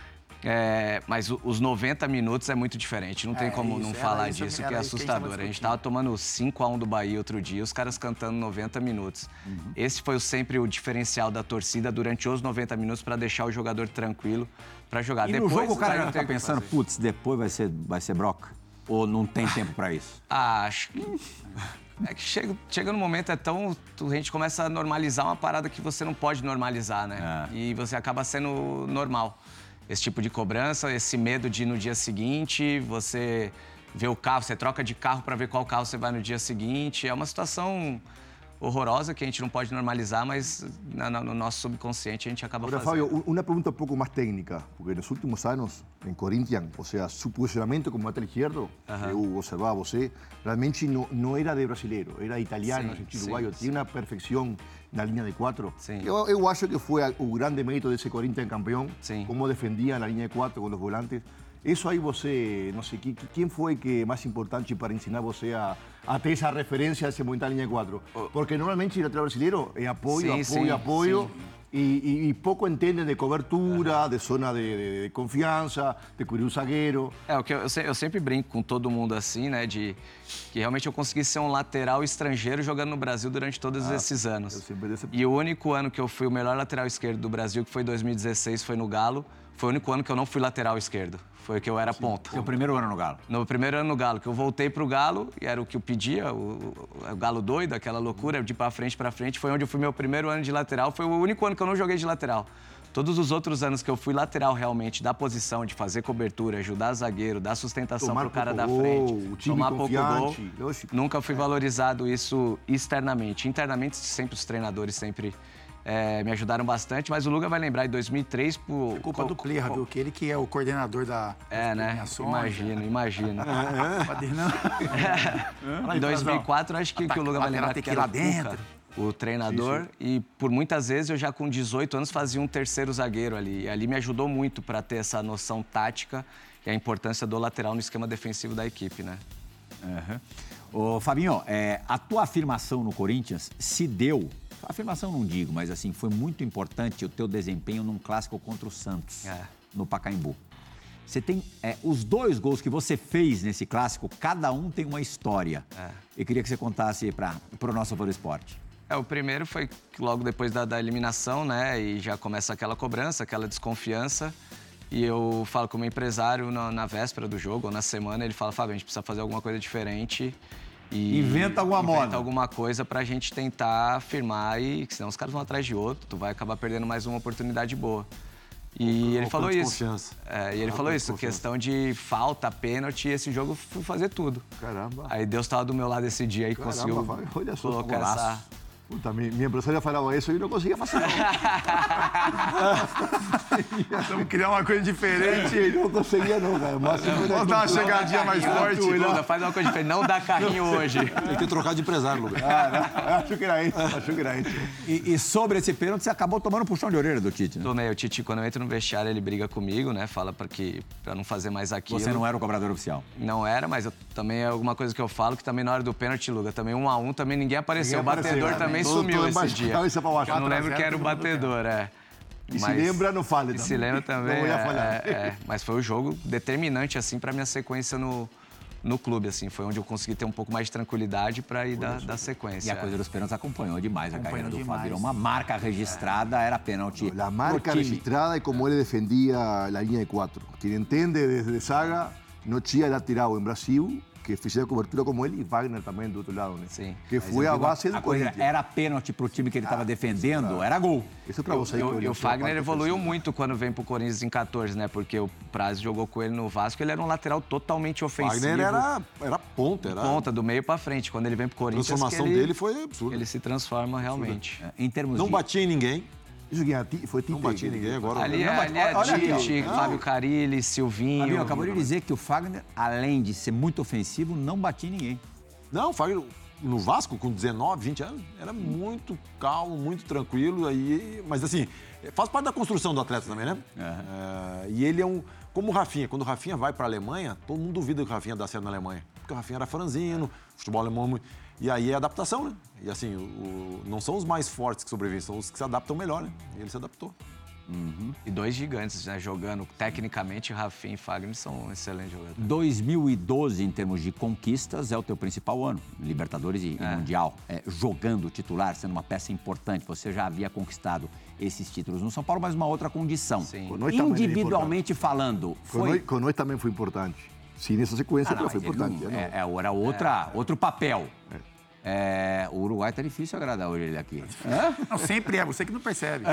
É, mas o- os noventa minutos é muito diferente, não tem É, como isso, não era falar isso, disso, era que é isso que a gente tava assustador. A gente discutindo. tava tomando cinco a um do Bahia outro dia, os caras cantando noventa minutos. Esse foi o- sempre o diferencial da torcida durante os noventa minutos para deixar o jogador tranquilo para jogar. E no Depois, jogo o cara aí já não tá tem o que pensando, fazer. putz, depois vai ser, vai ser broca? Ou não tem tempo pra isso? Ah, acho que. É que chega, chega no momento, é tão. A gente começa a normalizar uma parada que você não pode normalizar, né? É. E você acaba sendo normal. Esse tipo de cobrança, esse medo de ir no dia seguinte, você vê o carro, você troca de carro para ver qual carro você vai no dia seguinte. É uma situação horrorosa que a gente não pode normalizar, mas na- na- no nosso subconsciente a gente acaba Ahora, fazendo. Fabio, una pregunta un poco más técnica, porque en los últimos años en Corinthians, o sea, su posicionamiento como lateral izquierdo, eu observaba você, realmente no, no era de brasileiro, era de italiano, Sim, argentino, sim, uruguaio, sim. tinha uma perfeição na linha de quatro. Sim. Eu, eu acho que foi a- o grande mérito desse Corinthians campeão, Sim. como defendia na linha de quatro com os volantes. Isso aí você, não sei, que- que- quem foi que é mais importante para ensinar você a, a ter essa referência a esse momento na linha de quatro? Porque normalmente o lateral brasileiro é apoio, Sim, apoio, sim, apoio. sim. E, e- e pouco entendem de cobertura, de zona de, de- de confiança, de cobrir o zagueiro. É, o que eu, eu se- eu sempre brinco com todo mundo assim, né, de que realmente eu consegui ser um lateral estrangeiro jogando no Brasil durante todos esses anos. eu sempre desse- E o único ano que eu fui o melhor lateral esquerdo do Brasil, que foi dois mil e dezesseis, foi no Galo. Foi o único ano que eu não fui lateral esquerdo. Foi que eu era ponta. Seu primeiro ano no Galo. No primeiro ano no Galo, que eu voltei pro Galo, e era o que eu pedia, o, o- o Galo doido, aquela loucura de ir pra frente, pra frente. Foi onde eu fui meu primeiro ano de lateral. Foi o único ano que eu não joguei de lateral. Todos os outros anos que eu fui lateral realmente, da posição, de fazer cobertura, ajudar zagueiro, dar sustentação Tomar pro cara pouco da gol, frente, o time tomar pouco gol. confiante, lógico. Nunca fui valorizado isso externamente. Internamente, sempre os treinadores sempre eh, me ajudaram bastante, mas o Luga vai lembrar, em dois mil e três... Por, Culpa do Plirra, viu? Que ele que é o coordenador da É, né? premiações. Imagino, imagino. Não. Em dois mil e quatro, acho que, que o Luga vai lembrar tem que que ir era lá o dentro. Cuca, o treinador. E por muitas vezes eu já com dezoito anos fazia um terceiro zagueiro ali. E ali me ajudou muito para ter essa noção tática e a importância do lateral no esquema defensivo da equipe, né? Uhum. Ô, Fabinho, é, a tua afirmação no Corinthians se deu, afirmação não digo, mas assim, foi muito importante o teu desempenho num clássico contra o Santos, é. no Pacaembu. Você tem é, os dois gols que você fez nesse clássico, cada um tem uma história. É. Eu queria que você contasse para o nosso Foro Esporte. É, o primeiro foi logo depois da, da eliminação, né? E já começa aquela cobrança, aquela desconfiança. E eu falo com o meu empresário na, na véspera do jogo, ou na semana, ele fala, Fábio, a gente precisa fazer alguma coisa diferente. E inventa alguma moda. Inventa alguma coisa pra gente tentar firmar, e senão os caras vão atrás de outro, tu vai acabar perdendo mais uma oportunidade boa. E ele falou isso. É, e ele falou isso, questão de falta, pênalti, e esse jogo fui fazer tudo. Caramba. Aí Deus estava do meu lado esse dia e conseguiu olha só, colocar essa... Puta, mi, mi empresaria falava isso e não conseguia fazer. Vamos criar uma coisa diferente. E não conseguia não, cara. Mas vamos dar uma chegadinha mais forte. Luda, faz uma coisa diferente. Não dá carrinho não. hoje. Tem que trocar de empresário, Luda. Ah, acho que era isso, acho que era isso. E, e sobre esse pênalti, você acabou tomando um puxão de orelha do Tite, né? Tomei. O Tite, quando eu entro no vestiário, ele briga comigo, né? Fala pra, que, pra não fazer mais aquilo. Você não era o cobrador oficial? Não era, mas eu, também é alguma coisa que eu falo, que também na hora do pênalti, Luga, também um a um, também ninguém apareceu. Ninguém o batedor apareceu, também todo, sumiu todo esse dia. Dia. Eu não lembro quem era o batedor, é. E mas, se lembra, não fale. E se lembra também, não é, é, é. Mas foi o jogo determinante, assim, pra minha sequência no, no clube, assim. Foi onde eu consegui ter um pouco mais de tranquilidade pra ir da, da sequência. E a coisa dos pênaltis acompanhou demais acompanhou a carreira do demais. Fabio. Uma marca registrada é. era pênalti. A marca registrada e como ele defendia a linha de quatro. Quem entende desde saga, não tinha lateral em Brasil que fizesse cobertura como ele e Wagner também do outro lado, né? Sim. Que foi a base do Corinthians. Era pênalti pro time que ele estava ah, defendendo, era gol. Isso para você. E o Wagner evoluiu muito quando vem pro Corinthians em quatorze, né? Porque o Praz jogou com ele no Vasco, ele era um lateral totalmente ofensivo. Wagner era, era ponta, era... Ponta, do meio para frente. Quando ele vem pro Corinthians, a transformação ele, dele foi absurda. Ele se transforma realmente. É, em termos Não de... batia em ninguém. Isso que foi Tite. Não batia em ninguém agora. Ali é, ali é olha Tite, aqui, Fábio Carilli, Silvinho... Fabinho, acabou de dizer que o Fagner, além de ser muito ofensivo, não batia em ninguém. Não, o Fagner, no Vasco, com dezenove, vinte anos, era muito calmo, muito tranquilo. Aí, mas assim, faz parte da construção do atleta também, né? Uhum. É, e ele é um... Como o Rafinha. Quando o Rafinha vai para a Alemanha, todo mundo duvida que o Rafinha dá certo na Alemanha. Porque o Rafinha era franzino, futebol alemão... Muito... E aí é adaptação, né? E assim, o, não são os mais fortes que sobrevivem, são os que se adaptam melhor, né? E ele se adaptou. Uhum. E dois gigantes, né? Jogando tecnicamente, Rafinha e Fagner são excelentes jogadores. dois mil e doze, em termos de conquistas, é o teu principal ano. Libertadores e, é. e Mundial. É, jogando titular, sendo uma peça importante. Você já havia conquistado esses títulos no São Paulo, mas uma outra condição. Sim. Individualmente falando, foi... Com nós, com nós também foi importante. Sim, nessa sequência ah, não, foi importante. Não, é, é, era outra, é. outro papel. É. É, o Uruguai tá difícil agradar hoje ele aqui. Não, sempre é, você que não percebe.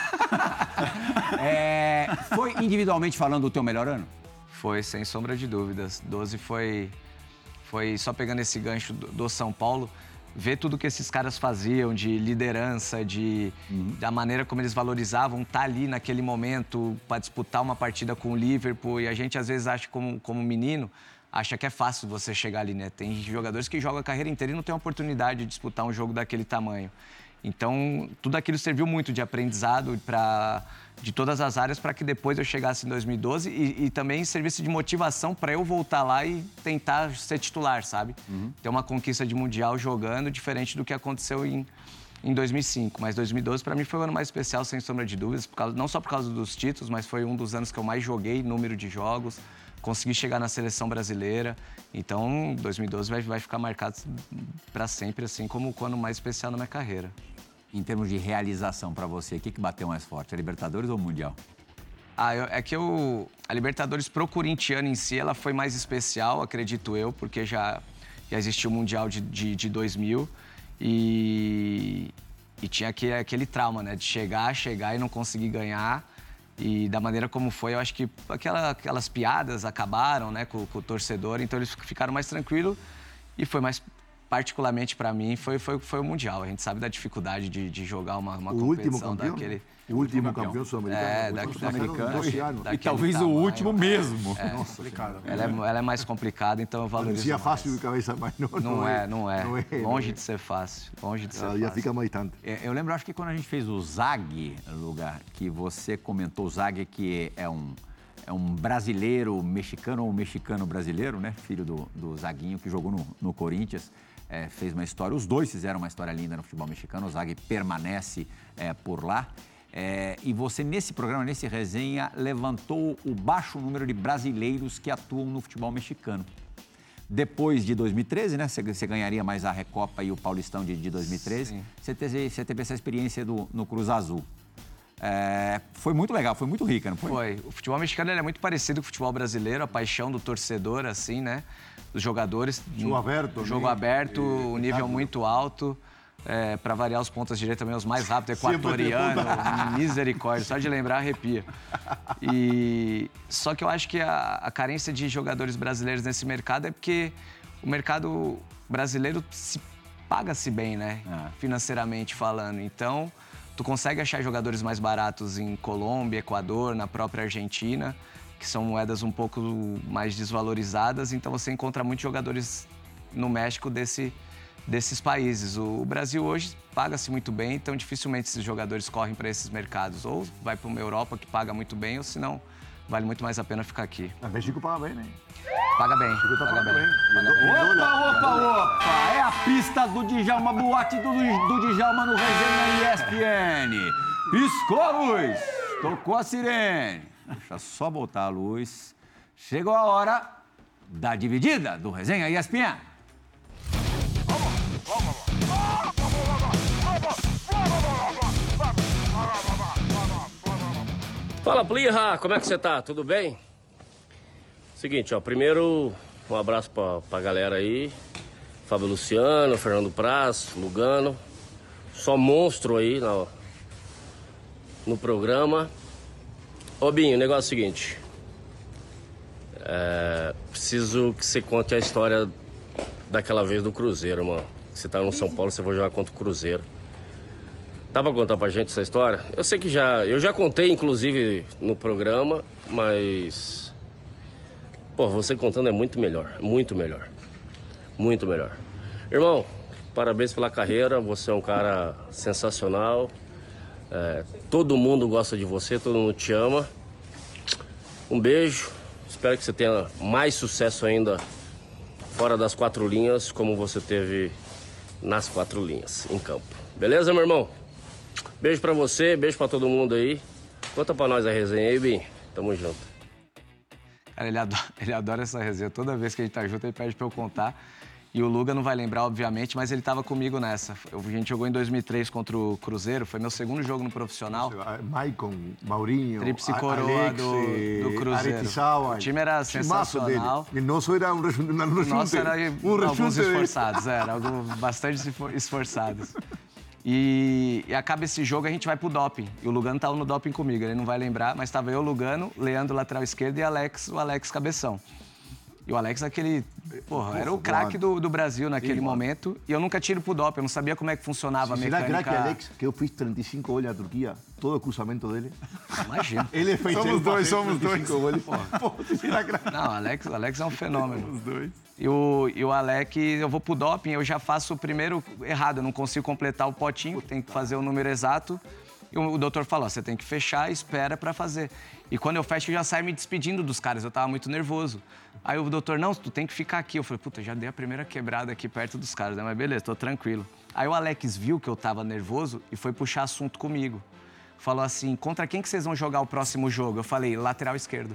É, foi individualmente falando o teu melhor ano? Foi, sem sombra de dúvidas. doze foi, foi só pegando esse gancho do, do São Paulo, ver tudo que esses caras faziam de liderança, de, uhum. da maneira como eles valorizavam estar ali naquele momento para disputar uma partida com o Liverpool. E a gente às vezes acha como, como menino, acha que é fácil você chegar ali, né? Tem jogadores que jogam a carreira inteira e não tem a oportunidade de disputar um jogo daquele tamanho. Então, tudo aquilo serviu muito de aprendizado pra, de todas as áreas para que depois eu chegasse em dois mil e doze e, e também servisse de motivação para eu voltar lá e tentar ser titular, sabe? Uhum. Ter uma conquista de Mundial jogando, diferente do que aconteceu em, em dois mil e cinco. Mas dois mil e doze, para mim, foi o ano mais especial, sem sombra de dúvidas, por causa, não só por causa dos títulos, mas foi um dos anos que eu mais joguei, número de jogos. Consegui chegar na seleção brasileira, então dois mil e doze vai, vai ficar marcado para sempre, assim como o ano mais especial na minha carreira. Em termos de realização para você, o que, que bateu mais forte, a Libertadores ou o Mundial? Ah, eu, é que eu, a Libertadores pro corintiano em si, ela foi mais especial, acredito eu, porque já, já existiu o Mundial de, de, de dois mil e, e tinha aquele, aquele trauma, né, de chegar, chegar e não conseguir ganhar. E da maneira como foi, eu acho que aquela, aquelas piadas acabaram, né, com, com o torcedor, então eles ficaram mais tranquilos e foi mais, particularmente para mim, foi, foi, foi o Mundial. A gente sabe da dificildade de, de jogar uma, uma competição daquele... O último campeão sul-americano. É, daqui, daqui, daqui, e talvez o último mesmo. É, Nossa, complicado. Ela, é, ela é mais complicada, então eu valorizo Parecia fácil de cabeça, mas não, não, não é. é. Não é, não é. Longe não é. de ser fácil. Longe de ser ela fácil. Já fica mais tanto. Eu lembro, acho que quando a gente fez o Zag, lugar que você comentou, o Zag que é um... é um brasileiro mexicano ou mexicano brasileiro, né? Filho do, do Zaguinho, que jogou no, no Corinthians. É, fez uma história, os dois fizeram uma história linda no futebol mexicano, o Zagui permanece é, por lá. É, e você, nesse programa, nesse resenha, levantou o baixo número de brasileiros que atuam no futebol mexicano. Depois de dois mil e treze, né? Você, você ganharia mais a Recopa e o Paulistão de, de dois mil e treze. Você teve, você teve essa experiência do, no Cruz Azul. É, foi muito legal, foi muito rica, não foi? Foi. O futebol mexicano ele é muito parecido com o futebol brasileiro, a paixão do torcedor, assim, né? Dos jogadores. Jogo aberto. Jogo né? aberto, o nível rápido. Muito alto. É, para variar, os pontas direitos também os mais rápidos, equatoriano, misericórdia, só de lembrar arrepia. E, só que eu acho que a, a carência de jogadores brasileiros nesse mercado é porque o mercado brasileiro se paga-se bem, né? Ah. Financeiramente falando. Então, tu consegue achar jogadores mais baratos em Colômbia, Equador, na própria Argentina, que são moedas um pouco mais desvalorizadas. Então, você encontra muitos jogadores no México desse... desses países. O Brasil hoje paga-se muito bem, então dificilmente esses jogadores correm para esses mercados. Ou vai para uma Europa que paga muito bem, ou senão vale muito mais a pena ficar aqui. Mas México paga bem, né? Paga bem, tá paga bem. bem. Paga bem. Opa, opa, opa! É a pista do Djalma, boate do, do Djalma no Resenha E S P N. Piscou a luz, tocou a sirene. Deixa só botar a luz. Chegou a hora da dividida do Resenha E S P N. Fala, Plirra, como é que você tá? Tudo bem? Seguinte, ó, primeiro um abraço pra, pra galera aí, Fábio Luciano, Fernando Praz, Lugano, só monstro aí no, no programa. Ô, Binho, o negócio é o seguinte, é, preciso que você conte a história daquela vez do Cruzeiro, mano. Você tá no São Paulo, você vai jogar contra o Cruzeiro. Dá pra contar pra gente essa história? Eu sei que já... Eu já contei, inclusive, no programa, mas... Pô, você contando é muito melhor. Muito melhor. Muito melhor. Irmão, parabéns pela carreira. Você é um cara sensacional. É, todo mundo gosta de você, todo mundo te ama. Um beijo. Espero que você tenha mais sucesso ainda fora das quatro linhas, como você teve nas quatro linhas, em campo. Beleza, meu irmão? Beijo pra você, beijo pra todo mundo aí. Conta pra nós a resenha aí, Bim. Tamo junto. Cara, ele adora, ele adora essa resenha. Toda vez que a gente tá junto, ele pede pra eu contar. E o Luga não vai lembrar, obviamente, mas ele tava comigo nessa. A gente jogou em dois mil e três contra o Cruzeiro, foi meu segundo jogo no profissional. Maicon, Maurinho, Tríplice coroa Alex, do, do Cruzeiro. Aretizábal. O time era sensacional. O nosso era um resumo. O nosso era um alguns esforçados, era, alguns bastante esforçados. E, e acaba esse jogo, a gente vai pro doping. E o Lugano tava no doping comigo, ele não vai lembrar, mas tava eu, Lugano, Leandro, lateral esquerdo, e Alex, o Alex cabeção. E o Alex, aquele... Porra, era o craque do, do Brasil naquele Sim, momento. E eu nunca tiro pro doping, eu não sabia como é que funcionava Sim, a mecânica. Será que Alex, que eu fiz trinta e cinco goles na Turquia, todo o cruzamento dele? Imagina. Ele fez somos dois, somos dois. Goles. Não, o Alex, o Alex é um fenômeno. Os dois. E o, e o Alex, eu vou pro doping, eu já faço o primeiro errado, eu não consigo completar o potinho, tem que fazer o número exato. E o, o doutor falou, você tem que fechar, espera pra fazer. E quando eu fecho, eu já saio me despedindo dos caras, eu tava muito nervoso. Aí o doutor, não, tu tem que ficar aqui. Eu falei, puta, já dei a primeira quebrada aqui perto dos caras, né? Mas beleza, tô tranquilo. Aí o Alex viu que eu tava nervoso e foi puxar assunto comigo. Falou assim, contra quem que vocês vão jogar o próximo jogo? Eu falei, lateral esquerdo.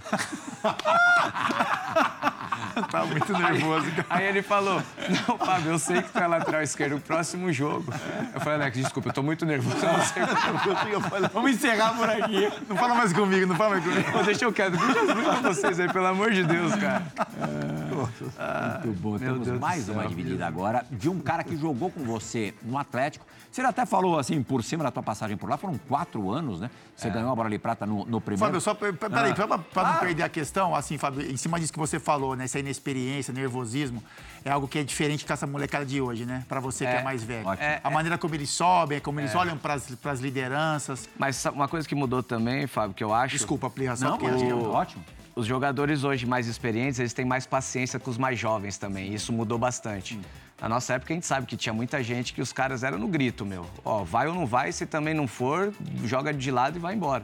Tá muito nervoso. Aí, aí ele falou, não, Fábio, eu sei que tu é lateral esquerdo, o próximo jogo. Eu falei, Alex, desculpa, eu tô muito nervoso, eu não sei o que eu falei. Vamos encerrar por aqui. Não fala mais comigo, não fala mais comigo. Pô, deixa eu quieto, deixa eu explicar pra vocês aí, pelo amor de Deus, cara. Ah, muito bom, temos Deus mais uma dividida agora de um cara que jogou com você no Atlético. Você até falou assim, por cima da tua passagem por lá, foram quatro anos, né? Você é. ganhou a bola de prata no, no primeiro. Fábio, só peraí, ah. pra, pra ah. não perder a questão, assim, Fábio, em cima disso que você falou, né? Essa inexperiência, nervosismo, é algo que é diferente com essa molecada de hoje, né? Pra você é. que é mais velho. É, a maneira como eles sobem, como eles é. olham pras, pras lideranças. Mas uma coisa que mudou também, Fábio, que eu acho... Desculpa, Plirra, só não, porque... O... Ótimo. Os jogadores hoje mais experientes, eles têm mais paciência com os mais jovens também. Isso mudou bastante. Hum. Na nossa época, a gente sabe que tinha muita gente que os caras eram no grito, meu. Ó, vai ou não vai, se também não for, joga de lado e vai embora.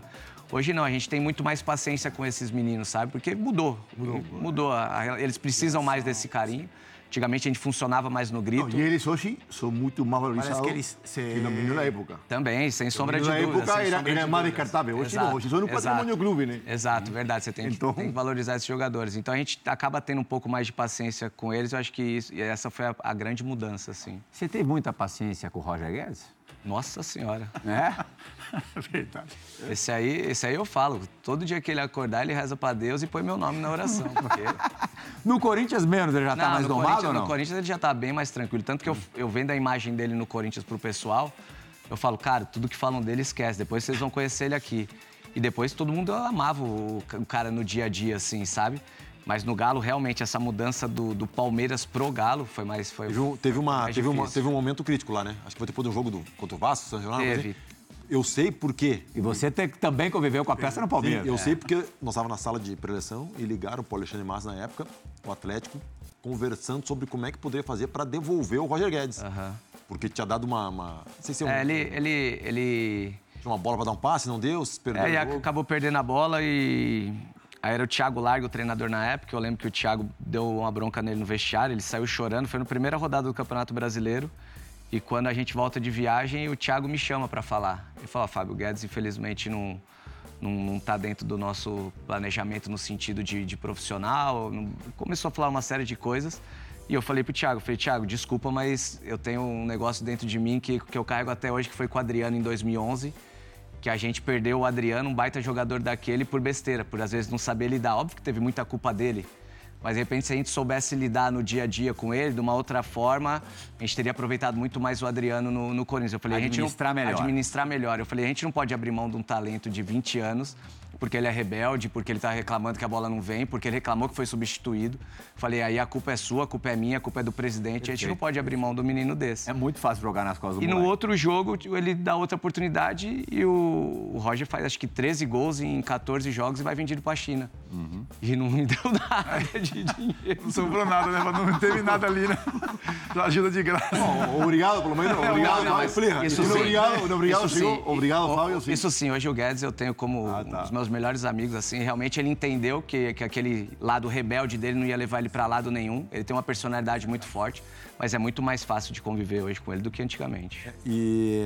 Hoje não, a gente tem muito mais paciência com esses meninos, sabe? Porque mudou, mudou. mudou. Eles precisam mais desse carinho. Antigamente a gente funcionava mais no grito. Não, e eles hoje são muito mais valorizados que, eles, se... que no menino da época. Também, sem sombra de dúvida. Na época era, era mais descartável. Hoje exato, não, hoje são no patrimônio clube, né? Exato, verdade. Você tem, então... que, tem que valorizar esses jogadores. Então a gente acaba tendo um pouco mais de paciência com eles. Eu acho que isso, essa foi a, a grande mudança, assim. Você teve muita paciência com o Roger Guedes? Nossa Senhora. É? Verdade. Esse aí, esse aí eu falo. Todo dia que ele acordar, ele reza pra Deus e põe meu nome na oração. Porque... No Corinthians menos, ele já tá não, mais no domado ou não? No Corinthians ele já tá bem mais tranquilo. Tanto que eu, eu vendo a imagem dele no Corinthians pro pessoal, eu falo, cara, tudo que falam dele esquece. Depois vocês vão conhecer ele aqui. E depois todo mundo amava o, o cara no dia a dia, assim, sabe? Mas no Galo, realmente, essa mudança do, do Palmeiras pro Galo foi mais... Foi teve, um, teve, uma, mais teve, uma, teve um momento crítico lá, né? Acho que foi depois do jogo do, contra o Vasco, São Jornal. Teve. Eu sei por quê. E você te, também conviveu com a peça no Palmeiras. Sim, eu é. sei porque nós estávamos na sala de preleção e ligaram para o Alexandre Massa, na época, o Atlético, conversando sobre como é que poderia fazer para devolver o Roger Guedes. Uhum. Porque tinha dado uma... uma não sei se é, um, é ele, ele, ele... Tinha uma bola para dar um passe, não deu, se perdeu. É, e acabou perdendo a bola e... Aí era o Thiago Largo, o treinador na época. Eu lembro que o Thiago deu uma bronca nele no vestiário, ele saiu chorando. Foi na primeira rodada do Campeonato Brasileiro. E quando a gente volta de viagem, o Thiago me chama para falar. Ele falou, Fábio Guedes, infelizmente, não, não, não tá dentro do nosso planejamento no sentido de, de profissional. Não... Começou a falar uma série de coisas. E eu falei pro Thiago, falei, Thiago, desculpa, mas eu tenho um negócio dentro de mim que, que eu carrego até hoje, que foi com o Adriano em dois mil e onze. Que a gente perdeu o Adriano, um baita jogador daquele, por besteira, por às vezes não saber lidar. Óbvio que teve muita culpa dele, mas de repente se a gente soubesse lidar no dia a dia com ele, de uma outra forma, a gente teria aproveitado muito mais o Adriano no, no Corinthians. Eu falei, administrar a gente não, melhor. Administrar melhor. Eu falei, a gente não pode abrir mão de um talento de vinte anos, porque ele é rebelde, porque ele tá reclamando que a bola não vem, porque ele reclamou que foi substituído. Falei, aí a culpa é sua, a culpa é minha, a culpa é do presidente, perfeito. A gente não pode abrir mão do menino desse. É muito fácil jogar nas costas do E moleque. no outro jogo, ele dá outra oportunidade e o, o Roger faz, acho que, treze gols em quatorze jogos e vai vendido pra China. Uhum. E não me deu nada de dinheiro. Não sobrou nada, né? Não teve nada ali, né? Ajuda de graça. Não, obrigado, pelo menos. Obrigado, não, mas Fábio. Isso Isso sim. Obrigado, obrigado, Isso senhor. sim. Obrigado, Fábio. Sim. Isso sim, hoje o Guedes eu tenho como ah, tá. um dos meus melhores amigos, assim, realmente ele entendeu que, que aquele lado rebelde dele não ia levar ele pra lado nenhum. Ele tem uma personalidade muito forte, mas é muito mais fácil de conviver hoje com ele do que antigamente. E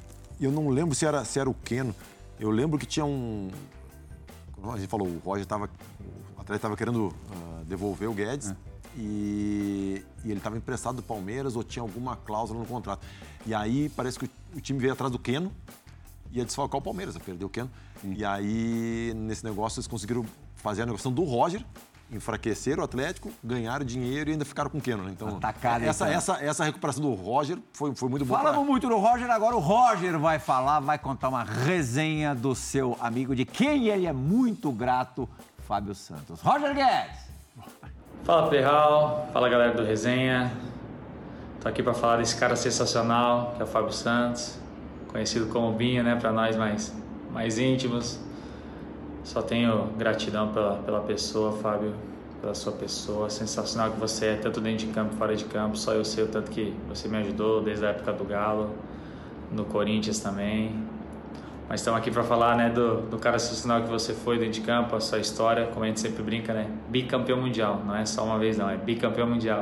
eu não lembro se era, se era o Keno. Eu lembro que tinha um... A gente falou, o Roger estava... O atleta estava querendo uh, devolver o Guedes. É. E, e ele estava emprestado do Palmeiras ou tinha alguma cláusula no contrato. E aí parece que o, o time veio atrás do Keno e ia desfalcar o Palmeiras, perdeu o Keno. Sim. E aí, nesse negócio, eles conseguiram fazer a negociação do Roger, enfraqueceram o Atlético, ganharam dinheiro e ainda ficaram com o Keno. Né? Então, Atacado, essa, então. essa, essa recuperação do Roger foi, foi muito boa. Falamos pra... muito do Roger, agora o Roger vai falar, vai contar uma resenha do seu amigo, de quem ele é muito grato, Fábio Santos. Roger Guedes! Fala, Perral. Fala, galera do Resenha. Tô aqui para falar desse cara sensacional, que é o Fábio Santos, conhecido como Binho, né, para nós mais, mais íntimos. Só tenho gratidão pela, pela pessoa, Fábio, pela sua pessoa, sensacional que você é, tanto dentro de campo e fora de campo. Só eu sei o tanto que você me ajudou desde a época do Galo, no Corinthians também. Mas estamos aqui para falar, né, do, do cara sensacional que você foi dentro de campo, a sua história, como a gente sempre brinca, né? Bicampeão mundial, não é só uma vez não, é bicampeão mundial.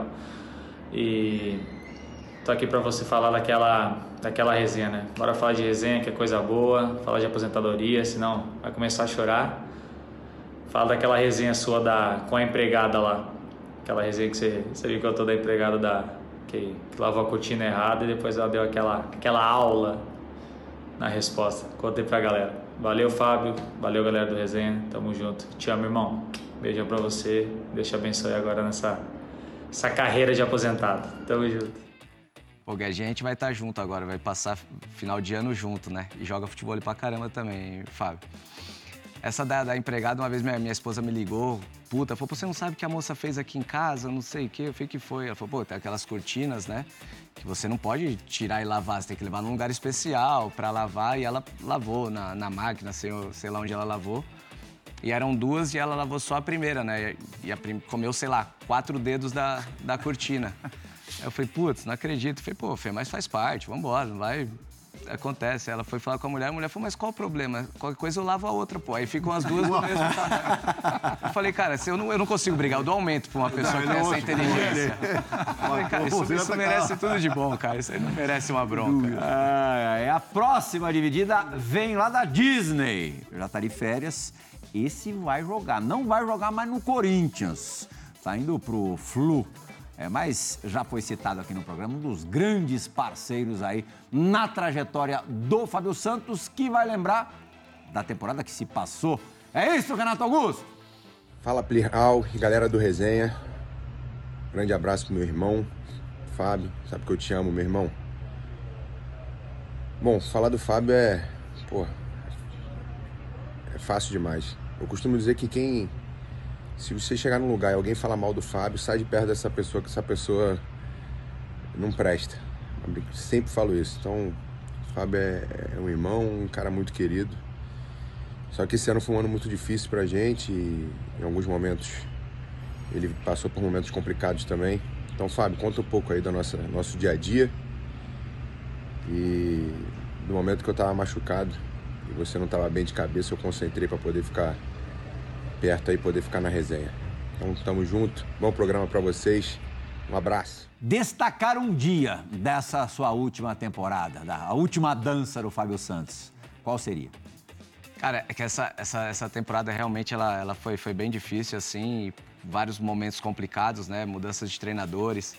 E tô aqui para você falar daquela, daquela resenha, né? Bora falar de resenha, que é coisa boa, falar de aposentadoria, senão vai começar a chorar. Fala daquela resenha sua da, com a empregada lá, aquela resenha que você, você viu que eu tô da empregada da, que, que lavou a cortina errada e depois ela deu aquela, aquela aula na resposta. Contei pra galera. Valeu, Fábio. Valeu, galera do Resenha. Tamo junto. Te amo, irmão. Beijão pra você. Deus te abençoe agora nessa essa carreira de aposentado. Tamo junto. Pô, Guedes, a gente vai estar junto agora. Vai passar final de ano junto, né? E joga futebol pra caramba também, Fábio. Essa da, da empregada, uma vez minha, minha esposa me ligou, puta, falou, você não sabe o que a moça fez aqui em casa, não sei o quê, eu falei que foi. Ela falou, pô, tem aquelas cortinas, né, que você não pode tirar e lavar, você tem que levar num lugar especial pra lavar, e ela lavou na, na máquina, sei, sei lá onde ela lavou. E eram duas e ela lavou só a primeira, né, e a prim... comeu, sei lá, quatro dedos da, da cortina. Aí eu falei, putz, não acredito. Eu falei, pô, Fê, mas faz parte, vambora, não vai... acontece. Ela foi falar com a mulher, a mulher falou, mas qual o problema? Qualquer coisa eu lavo a outra, pô. Aí ficam as duas no mesmo tamanho. Eu falei, cara, eu não, eu não consigo brigar, eu dou aumento pra uma pessoa que tem essa inteligência. Eu falei, cara, isso, isso merece tudo de bom, cara. Isso aí não merece uma bronca. Ah, é a próxima dividida vem lá da Disney. Já tá de férias. Esse vai jogar. Não vai jogar mais no Corinthians. Tá indo pro Flu. É, mas já foi citado aqui no programa, um dos grandes parceiros aí na trajetória do Fábio Santos, que vai lembrar da temporada que se passou. É isso, Renato Augusto? Fala, Plihal e galera do Resenha. Grande abraço pro meu irmão, Fábio. Sabe que eu te amo, meu irmão. Bom, falar do Fábio é... pô... é fácil demais. Eu costumo dizer que quem... se você chegar num lugar e alguém falar mal do Fábio, sai de perto dessa pessoa, que essa pessoa não presta. Eu sempre falo isso. Então, o Fábio é, é um irmão, um cara muito querido. Só que esse ano foi um ano muito difícil pra gente e em alguns momentos ele passou por momentos complicados também. Então, Fábio, conta um pouco aí do nosso, nosso dia a dia e do momento que eu tava machucado e você não tava bem de cabeça, eu concentrei pra poder ficar perto aí, poder ficar na resenha. Então, tamo junto. Bom programa pra vocês. Um abraço. Destacar um dia dessa sua última temporada, da a última dança do Fábio Santos. Qual seria? Cara, é que essa, essa, essa temporada realmente ela, ela foi, foi bem difícil, assim, vários momentos complicados, né? Mudanças de treinadores.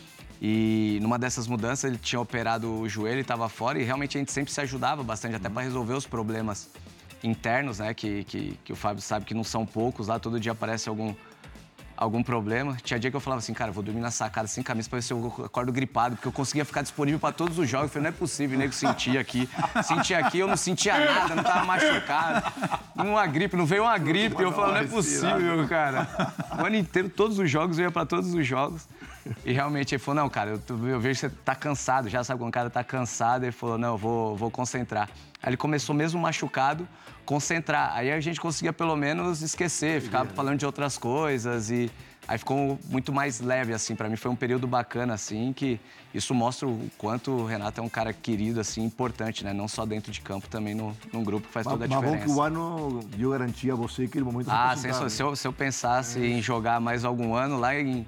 E numa dessas mudanças ele tinha operado o joelho e estava fora e realmente a gente sempre se ajudava bastante, até para resolver os problemas internos, né? Que, que, que o Fábio sabe que não são poucos, lá todo dia aparece algum, algum problema. Tinha dia que eu falava assim, cara, vou dormir na sacada sem camisa para ver se eu acordo gripado, porque eu conseguia ficar disponível para todos os jogos. Eu falei, não é possível, nego sentia aqui. Sentia aqui, eu não sentia nada, não tava machucado. Uma gripe, não veio uma gripe. Eu falava, não é possível, cara. O ano inteiro, todos os jogos, eu ia para todos os jogos. E realmente ele falou, não, cara, eu, eu vejo que você tá cansado, já sabe quando o cara tá cansado. Ele falou, não, eu vou, vou concentrar. Aí ele começou mesmo machucado, concentrar. Aí a gente conseguia pelo menos esquecer, ficava falando de outras coisas e aí ficou muito mais leve, assim. Pra mim foi um período bacana, assim, que isso mostra o quanto o Renato é um cara querido, assim, importante, né? Não só dentro de campo, também no, num grupo que faz toda a mas diferença. Mas bom que o ano deu garantia a você que no momento... Ah, sem, se, eu, se eu pensasse é. em jogar mais algum ano lá em...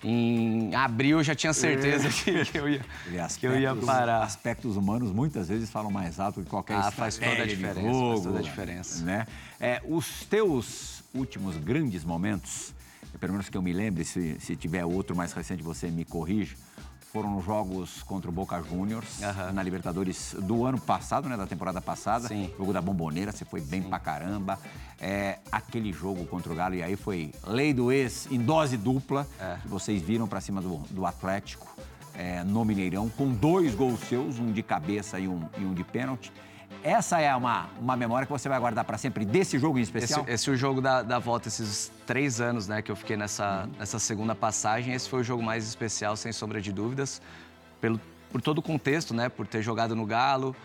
Em abril eu já tinha certeza é. que, que, eu ia, aspectos, que eu ia parar. Aspectos humanos muitas vezes falam mais alto que qualquer ah, faz toda a diferença, jogo, faz toda a diferença. Né? É, os teus últimos grandes momentos, pelo menos que eu me lembre, se, se tiver outro mais recente você me corrige, foram jogos contra o Boca Juniors, uhum. na Libertadores do ano passado, né, da temporada passada. Sim. Jogo da Bomboneira, você foi bem Sim. pra caramba. É, aquele jogo contra o Galo, e aí foi lei do ex em dose dupla, é. que vocês viram pra cima do, do Atlético, é, no Mineirão, com dois gols seus, um de cabeça e um, e um de pênalti. Essa é uma, uma memória que você vai guardar para sempre desse jogo em especial? Esse, esse é o jogo da, da volta, esses três anos, né, que eu fiquei nessa, nessa segunda passagem. Esse foi o jogo mais especial, sem sombra de dúvidas, pelo, por todo o contexto, né, por ter jogado no Galo,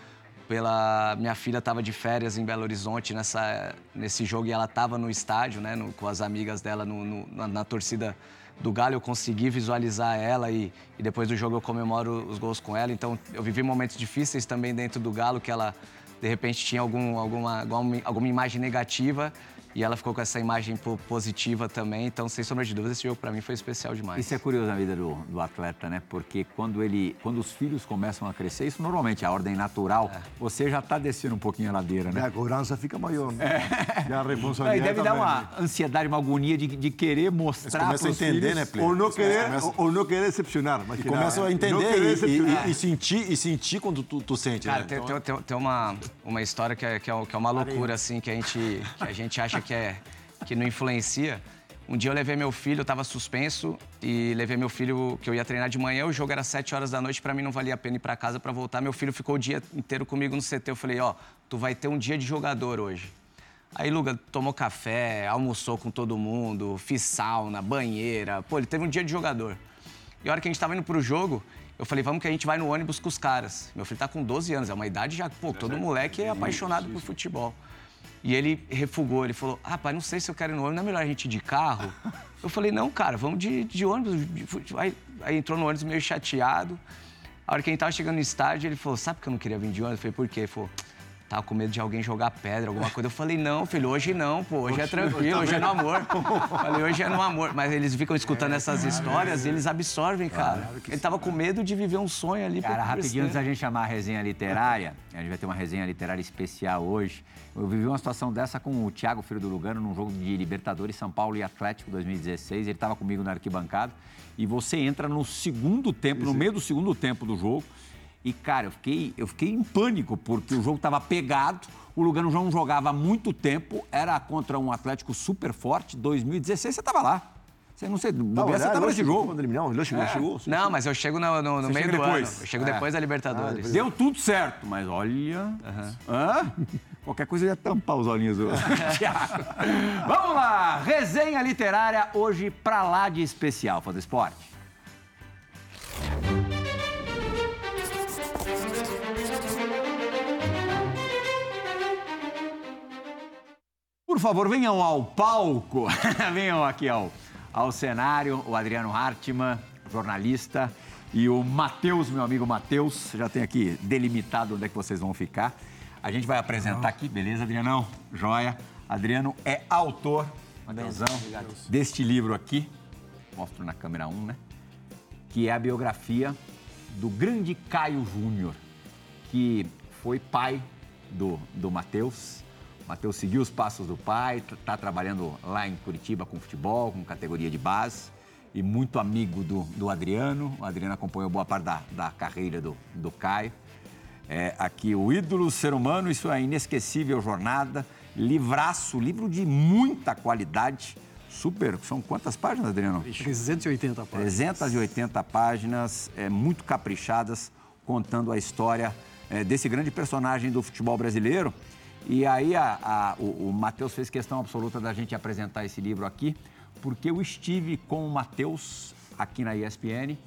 pela minha filha estava de férias em Belo Horizonte nessa, nesse jogo e ela estava no estádio, né, no, com as amigas dela no, no, na, na torcida do Galo. Eu consegui visualizar ela e, e depois do jogo eu comemoro os gols com ela. Então eu vivi momentos difíceis também dentro do Galo, que ela de repente tinha algum, alguma, alguma, alguma imagem negativa e ela ficou com essa imagem positiva também. Então, sem sombra de dúvida, esse jogo para mim foi especial demais. Isso é curioso na vida do, do atleta, né? Porque quando, ele, quando os filhos começam a crescer, isso normalmente é a ordem natural, é. você já está descendo um pouquinho a ladeira, né? A cobrança fica maior, né? É. E a responsabilidade e deve também, dar uma né? ansiedade, uma agonia de, de querer mostrar para os filhos. Começa a entender, né, Play? Ou não querer, começam... ou não querer decepcionar. E começam a entender e, e, e, sentir, e sentir quando tu, tu sente, Cara, né? tem, então... tem, tem uma, uma história que é, que é uma loucura, assim, que a gente, que a gente acha que é... que não influencia. Um dia eu levei meu filho, eu estava suspenso, e levei meu filho, que eu ia treinar de manhã, o jogo era sete horas da noite, para mim não valia a pena ir para casa para voltar. Meu filho ficou o dia inteiro comigo no C T. Eu falei, ó, tu vai ter um dia de jogador hoje. Aí Luga tomou café, almoçou com todo mundo, fiz sauna, banheira. Pô, ele teve um dia de jogador. E a hora que a gente tava indo pro jogo, eu falei, vamos que a gente vai no ônibus com os caras. Meu filho tá com doze anos, é uma idade já, pô, todo moleque é apaixonado por futebol. E ele refugou, ele falou, ah, pai, não sei se eu quero ir no ônibus, não é melhor a gente ir de carro? Eu falei, não, cara, vamos de, de ônibus. Aí, aí entrou no ônibus meio chateado. A hora que a gente tava chegando no estádio, ele falou, sabe que eu não queria vir de ônibus? Eu falei, por quê? Ele falou, tava com medo de alguém jogar pedra, alguma coisa. Eu falei, não, filho, hoje não, pô, hoje é tranquilo, hoje é no amor. Falei, hoje é no amor. Mas eles ficam escutando essas histórias e eles absorvem, cara. Ele tava com medo de viver um sonho ali. Cara, rapidinho, antes da gente chamar a resenha literária, a gente vai ter uma resenha literária especial hoje. Eu vivi uma situação dessa com o Thiago, filho do Lugano, num jogo de Libertadores, São Paulo e Atlético dois mil e dezesseis. Ele tava comigo na arquibancada. E você entra no segundo tempo, no meio do segundo tempo do jogo. E, cara, eu fiquei, eu fiquei em pânico, porque o jogo estava pegado, o Lugano já não jogava há muito tempo, era contra um Atlético super forte, dois mil e dezesseis, você estava lá. Você não sei, não, você estava nesse jogo. Quando eliminamos, ele chegou, é. chegou. Não, mas eu chego no, no, no meio do depois. ano. Eu chego é. depois da Libertadores. Ah, depois... Deu tudo certo, mas olha... Uhum. Hã? Qualquer coisa ia tampar os olhinhos do Thiago. Vamos lá, resenha literária hoje pra lá de especial, Fã do Esporte. Por favor, venham ao palco, venham aqui ao, ao cenário, o Adriano Hartmann, jornalista, e o Matheus, meu amigo Matheus, já tem aqui delimitado onde é que vocês vão ficar. A gente vai apresentar aqui, beleza, Adrianão? Joia. Adriano é autor, Matheusão, deste livro aqui, mostro na câmera um, né? Que é a biografia do grande Caio Júnior, que foi pai do, do Matheus. Matheus seguiu os passos do pai, está trabalhando lá em Curitiba com futebol, com categoria de base, e muito amigo do, do Adriano. O Adriano acompanhou boa parte da, da carreira do, do Caio. É, aqui o ídolo ser humano, isso é a inesquecível jornada, livraço, livro de muita qualidade, super, são quantas páginas, Adriano? trezentas e oitenta páginas. trezentas e oitenta páginas, é, muito caprichadas, contando a história é, desse grande personagem do futebol brasileiro. E aí a, a, o, o Matheus fez questão absoluta da gente apresentar esse livro aqui, porque eu estive com o Matheus aqui na E S P N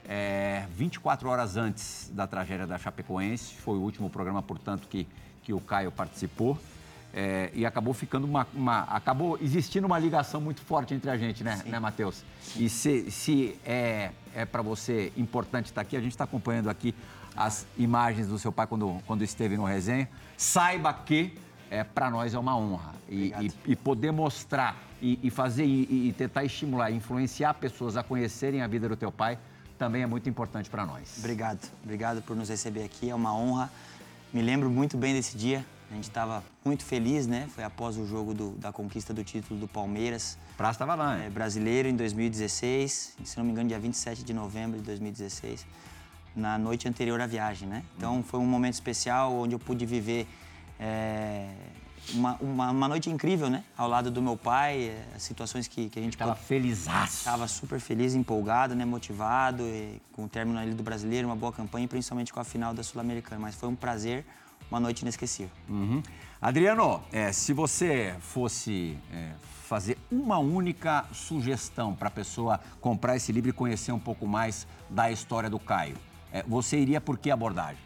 é, vinte e quatro horas antes da tragédia da Chapecoense. Foi o último programa, portanto, que, que o Caio participou. É, e acabou ficando uma, uma... Acabou existindo uma ligação muito forte entre a gente, né, né Matheus? E se, se é, é para você importante estar aqui, a gente está acompanhando aqui as imagens do seu pai quando, quando esteve no resenha. Saiba que é, para nós é uma honra. E, e, e poder mostrar e, e fazer e, e tentar estimular, influenciar pessoas a conhecerem a vida do teu pai também é muito importante para nós. Obrigado. Obrigado por nos receber aqui. É uma honra. Me lembro muito bem desse dia. A gente estava muito feliz, né? Foi após o jogo do, da conquista do título do Palmeiras. Praça estava lá, né? É, brasileiro em dois mil e dezesseis, se não me engano, dia vinte e sete de novembro de dois mil e dezesseis, na noite anterior à viagem, né? Então foi um momento especial onde eu pude viver é, uma, uma, uma noite incrível, né? Ao lado do meu pai, é, situações que, que a gente... Estava felizaço. Estava super feliz, empolgado, né? Motivado, e, com o término ali do Brasileiro, uma boa campanha, principalmente com a final da Sul-Americana. Mas foi um prazer. Uma noite inesquecível. Uhum. Adriano, é, se você fosse é, fazer uma única sugestão para a pessoa comprar esse livro e conhecer um pouco mais da história do Caio, é, você iria por que abordagem?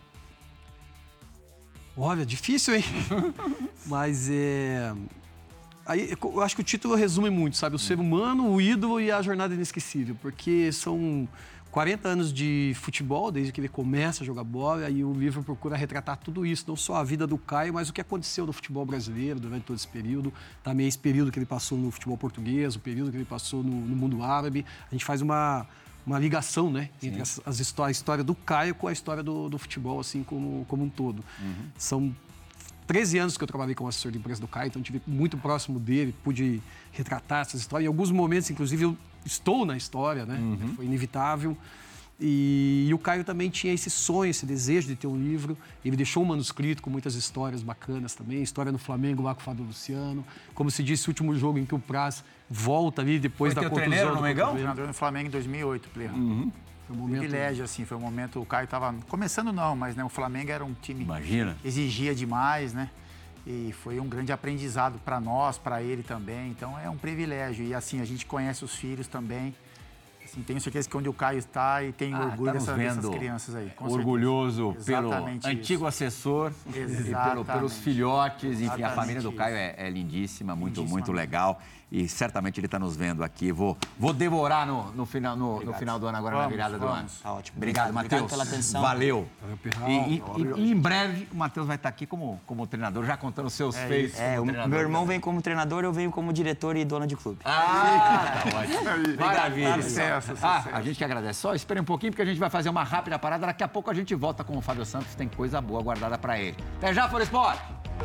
Olha, difícil, hein? Mas é... Aí, eu acho que o título resume muito, sabe? O ser humano, o ídolo e a jornada inesquecível. Porque são quarenta anos de futebol, desde que ele começa a jogar bola, e o livro procura retratar tudo isso, não só a vida do Caio, mas o que aconteceu no futebol brasileiro durante todo esse período, também esse período que ele passou no futebol português, o período que ele passou no, no mundo árabe. A gente faz uma, uma ligação, né, entre as, as histórias, a história do Caio com a história do, do futebol, assim, como, como um todo. Uhum. São treze anos que eu trabalhei como assessor de imprensa do Caio, então estive muito próximo dele, pude retratar essas histórias. Em alguns momentos, inclusive, eu estou na história, né? Uhum. Foi inevitável. E, e o Caio também tinha esse sonho, esse desejo de ter um livro. Ele deixou um manuscrito com muitas histórias bacanas também. História no Flamengo lá com o Fábio Luciano. Como se disse, o último jogo em que o Praz volta ali depois foi da contusão. Foi teu no Mengão? Treinador no Flamengo em dois mil e oito, Plirra. Uhum. Foi um momento... privilégio, assim, foi um momento... O Caio estava começando não, mas né, o Flamengo era um time... Imagina. Que exigia demais, né? E foi um grande aprendizado para nós, para ele também. Então, é um privilégio. E, assim, a gente conhece os filhos também. Assim, tenho certeza que onde o Caio está e tenho Ah, orgulho tá nos dessa, vendo dessas crianças aí. Com orgulhoso pelo Exatamente antigo isso. assessor e pelo, Exatamente. pelos filhotes. Enfim, a Exatamente família do isso. Caio é, é lindíssima, muito, Lindíssima muito mesmo. legal. E certamente ele está nos vendo aqui. Vou, vou devorar no, no, final, no, no final do ano, agora na Vamos, virada do vamos. ano. Tá ótimo. Obrigado, Obrigado Matheus. pela atenção. Valeu. Valeu, Pirral. E, e- e- e em breve o Matheus vai estar aqui como, como treinador, já contando os seus feitos. É, como o treinador. meu irmão vem como treinador, eu venho como diretor e dono de clube. Ah, tá ótimo. Maravilha. Sucesso, Ah, sucesso. a gente que agradece. Só espere um pouquinho, porque a gente vai fazer uma rápida parada. Daqui a pouco a gente volta com o Fábio Santos. Tem coisa boa guardada pra ele. Até já, For Sport!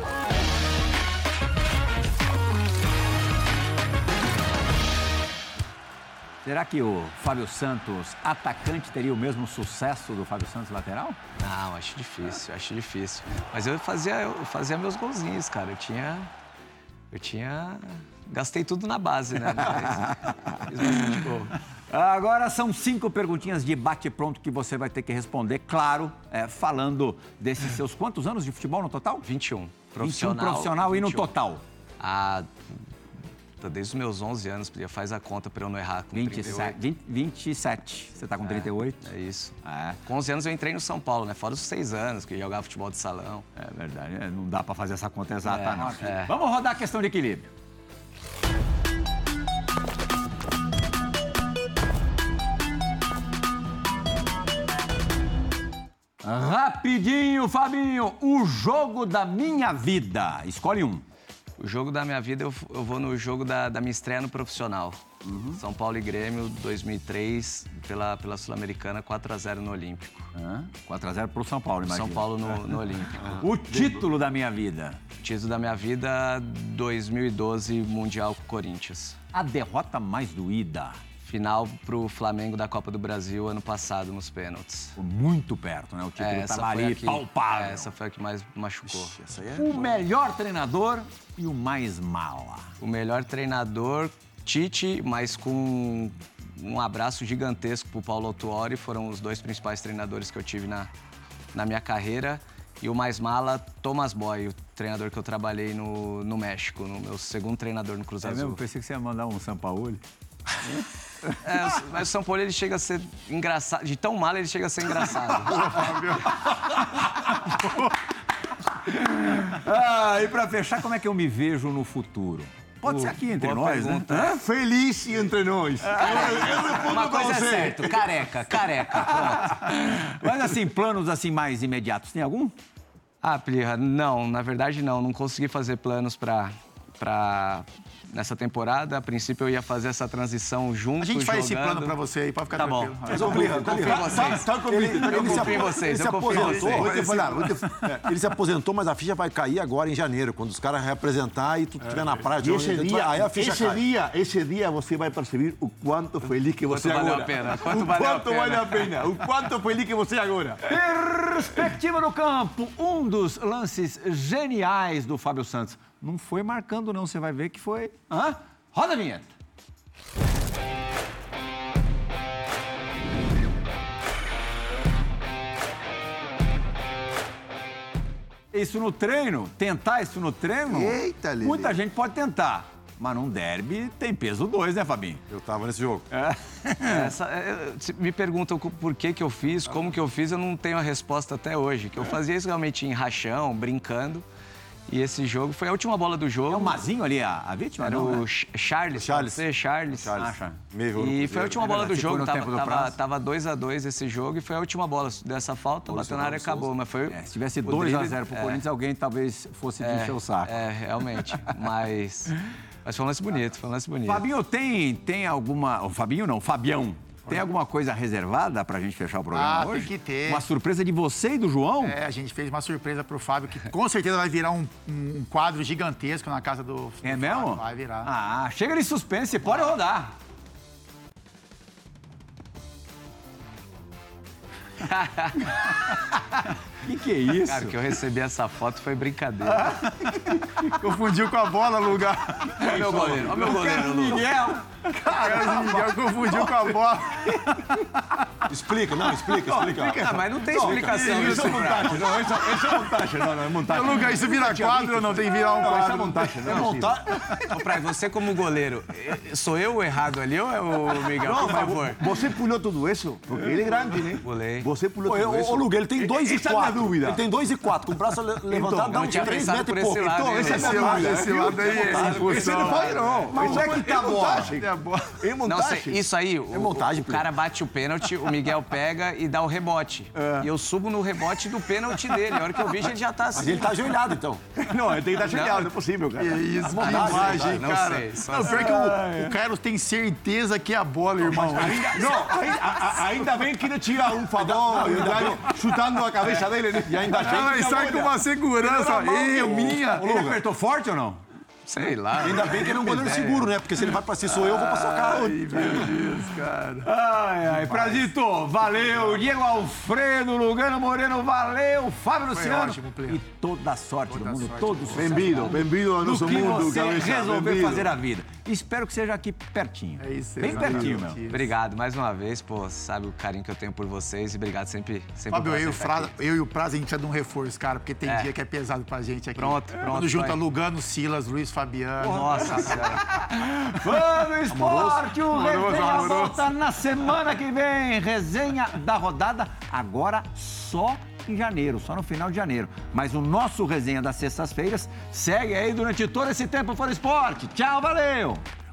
Será que o Fábio Santos, atacante, teria o mesmo sucesso do Fábio Santos, lateral? Não, acho difícil, acho difícil. Mas eu fazia, eu fazia meus golzinhos, cara. Eu tinha... Eu tinha... Gastei tudo na base, né? Mas fiz bastante gol. Agora são cinco perguntinhas de bate-pronto que você vai ter que responder, claro, é, falando desses seus quantos anos de futebol no total? vinte e um. vinte e um profissional e no vinte e um. total? Ah, desde os meus onze anos, faz a conta para eu não errar com vinte e sete. vinte, vinte e sete. Você tá com trinta e oito? É isso. É. Com onze anos eu entrei no São Paulo, né? Fora os seis anos que eu jogava futebol de salão. É verdade, é, não dá para fazer essa conta exata, É, não. é. Vamos rodar a questão de equilíbrio. Rapidinho, Fabinho, o jogo da minha vida. Escolhe um. O jogo da minha vida, eu, eu vou no jogo da, da minha estreia no profissional. Uhum. São Paulo e Grêmio, dois mil e três, pela, pela Sul-Americana, quatro a zero no Olímpico. Ah, quatro a zero pro São Paulo, imagina. São Paulo no, no Olímpico. O título da minha vida. Título da minha vida, dois mil e doze, Mundial com o Corinthians. A derrota mais doída. Final pro Flamengo da Copa do Brasil ano passado, nos pênaltis. Foi muito perto, né? O título É, essa tava foi ali, a que- palpável. é, essa foi a que mais machucou. Ixi, essa aí é... O melhor treinador e o mais mala. O melhor treinador, Tite, mas com um abraço gigantesco pro Paulo Autuori. Foram os dois principais treinadores que eu tive na, na minha carreira. E o mais mala, Thomas Boy, o treinador que eu trabalhei no, no México, no meu segundo treinador no Cruz É Azul. mesmo? Pensei que você ia mandar um Sampaoli. É, o- mas o São Paulo ele chega a ser engraçado. De tão mal ele chega a ser engraçado. Ah, e pra fechar, como é que eu me vejo no futuro? Pode ser aqui entre boa nós, pergunta. né? Feliz e entre nós. Uma coisa é certa, careca, careca, pronto. Mas assim, planos assim mais imediatos, tem algum? Ah, Plirra, não, na verdade não. Não consegui fazer planos pra, pra nessa temporada. A princípio eu ia fazer essa transição junto, A gente faz esse jogando. plano pra você aí, pode ficar Tá bom. tranquilo. Mas, ô, Plirra, Confio em vocês. Está comigo. Ele, está ele comigo. se, confio em apo- vocês, ele se eu confio em aposentou. vocês. Vou te falar, vou te É, ele se aposentou, mas a ficha vai cair agora em janeiro, quando os caras representar e tu estiver na praia. E esse tu- dia, aí a ficha esse cai. dia, esse dia você vai perceber o quanto feliz que você é valeu agora. a pena, quanto o valeu a quanto pena. vale a pena. O quanto feliz que você é agora. Perspectiva no campo, um dos lances geniais do Fábio Santos. Não foi marcando, não, você vai ver que foi. Hã? Roda a vinheta. Isso no treino, tentar isso no treino. Eita, Lelê. Muita gente pode tentar, mas num derby tem peso dois, né, Fabinho? Eu tava nesse jogo. Essa, é, se me perguntam co- por que que eu fiz, como que eu fiz, eu não tenho a resposta até hoje. Que eu fazia isso realmente em rachão, brincando. E esse jogo foi a última bola do jogo. É o Mazinho ali, a, a vítima? Era não, o né? Ch- Charles, Charles. pode ser Charles. Charles. Acha. Meio jogo no E Cruzeiro. foi a última É bola verdade, do se foi jogo, no tava, tempo do tava, prazo. tava dois a dois esse jogo e foi a última bola dessa falta, bateu na área e acabou. Mas foi É, se tivesse o dois a drible- zero pro é, Corinthians, alguém talvez fosse de é, encher o saco. É, realmente. Mas, mas foi um lance bonito, foi um lance bonito. Fabinho, tem, tem alguma... O Fabinho não, Fabião. Tem alguma coisa reservada pra gente fechar o programa Ah, tem hoje? que ter. Uma surpresa de você e do João? É, a gente fez uma surpresa pro Fábio, que com certeza vai virar um, um quadro gigantesco na casa do, do É Fábio. mesmo? Vai virar. Ah, chega de suspense, pode rodar. Que que é isso? Cara, que eu recebi essa foto foi brincadeira. Confundiu com a bola, Luga. Olha meu goleiro, olha meu goleiro, Miguel. Caramba, Miguel confundiu com a bola. Explica, não, explica, explica. Ah, mas não tem explicação Isso isso, é montagem, não, isso, isso é montagem, não, não é montagem. Luga, isso vira quadro ou não? Tem que virar um Não, isso é quadro. montagem, não É é montar. Ô, Praia, você como goleiro, sou eu o errado ali ou é o Miguel, por favor? Você pulou tudo isso? Porque ele é grande, né? Pulei. Você pulou Pô, tudo eu- isso. Ô, Luga, ele tem dois e Essa é a minha quatro. dúvida. Ele tem dois e quatro. Com o braço le- levantado, dá eu uns tinha três pensado metros e por esse pouco. lado, Então, hein? esse é Esse meu lado, lado. esse lado aí é Esse não pode, não. Isso é que tá montagem. É Não, montagem. sei, isso aí, o, É montagem, o cara bate o pênalti, o Miguel pega e dá o rebote. E eu subo no rebote do pênalti dele. A hora que eu vejo, ele já tá assim. Mas ele tá ajoelhado, então. Não, ele tem que estar ajoelhado, não é possível, cara. Que isso, que Montagem, imagem, não cara. sei, só Não, pior que o, o Carlos tem certeza que é a bola, irmão. Não, ainda, a- a- ainda bem que ele tira um favor, chutando a cabeça dele, né? E ainda Ah, mas sai com uma segurança. Eu, minha. Ele apertou forte ou não? Sei lá. Ainda bem que ele é um goleiro seguro, né? Porque se ele vai pra si, sou eu, eu vou pra socar. Ai, meu Deus, cara. Ai, ai, Prazito, valeu. Diego Alfredo, Lugano Moreno, valeu. Fábio Luciano. ótimo, Pleno. E toda a sorte Toda do mundo, sorte. todo sucesso. Bem-vindo, bem-vindo ao No nosso que mundo, você cabeça. resolver Bem-vindo. fazer a vida. Espero que seja aqui pertinho. É isso, Bem exatamente. pertinho, meu. Obrigado mais uma vez, pô, sabe o carinho que eu tenho por vocês e obrigado sempre, sempre Fábio, por eu e, o estar Fra, aqui. eu e o Praz, a gente precisa de um reforço, cara, porque tem É. dia que é pesado pra gente aqui. Pronto, pronto, Quando junta vai. Lugano, Silas, Luiz Fabiano. Nossa senhora. Fã do esporte, o Amoroso, Resenha amoroso. volta na semana que vem. Resenha da rodada, agora só em janeiro, só no final de janeiro. Mas o nosso Resenha das sextas-feiras segue aí durante todo esse tempo Fã do Esporte. Tchau, valeu!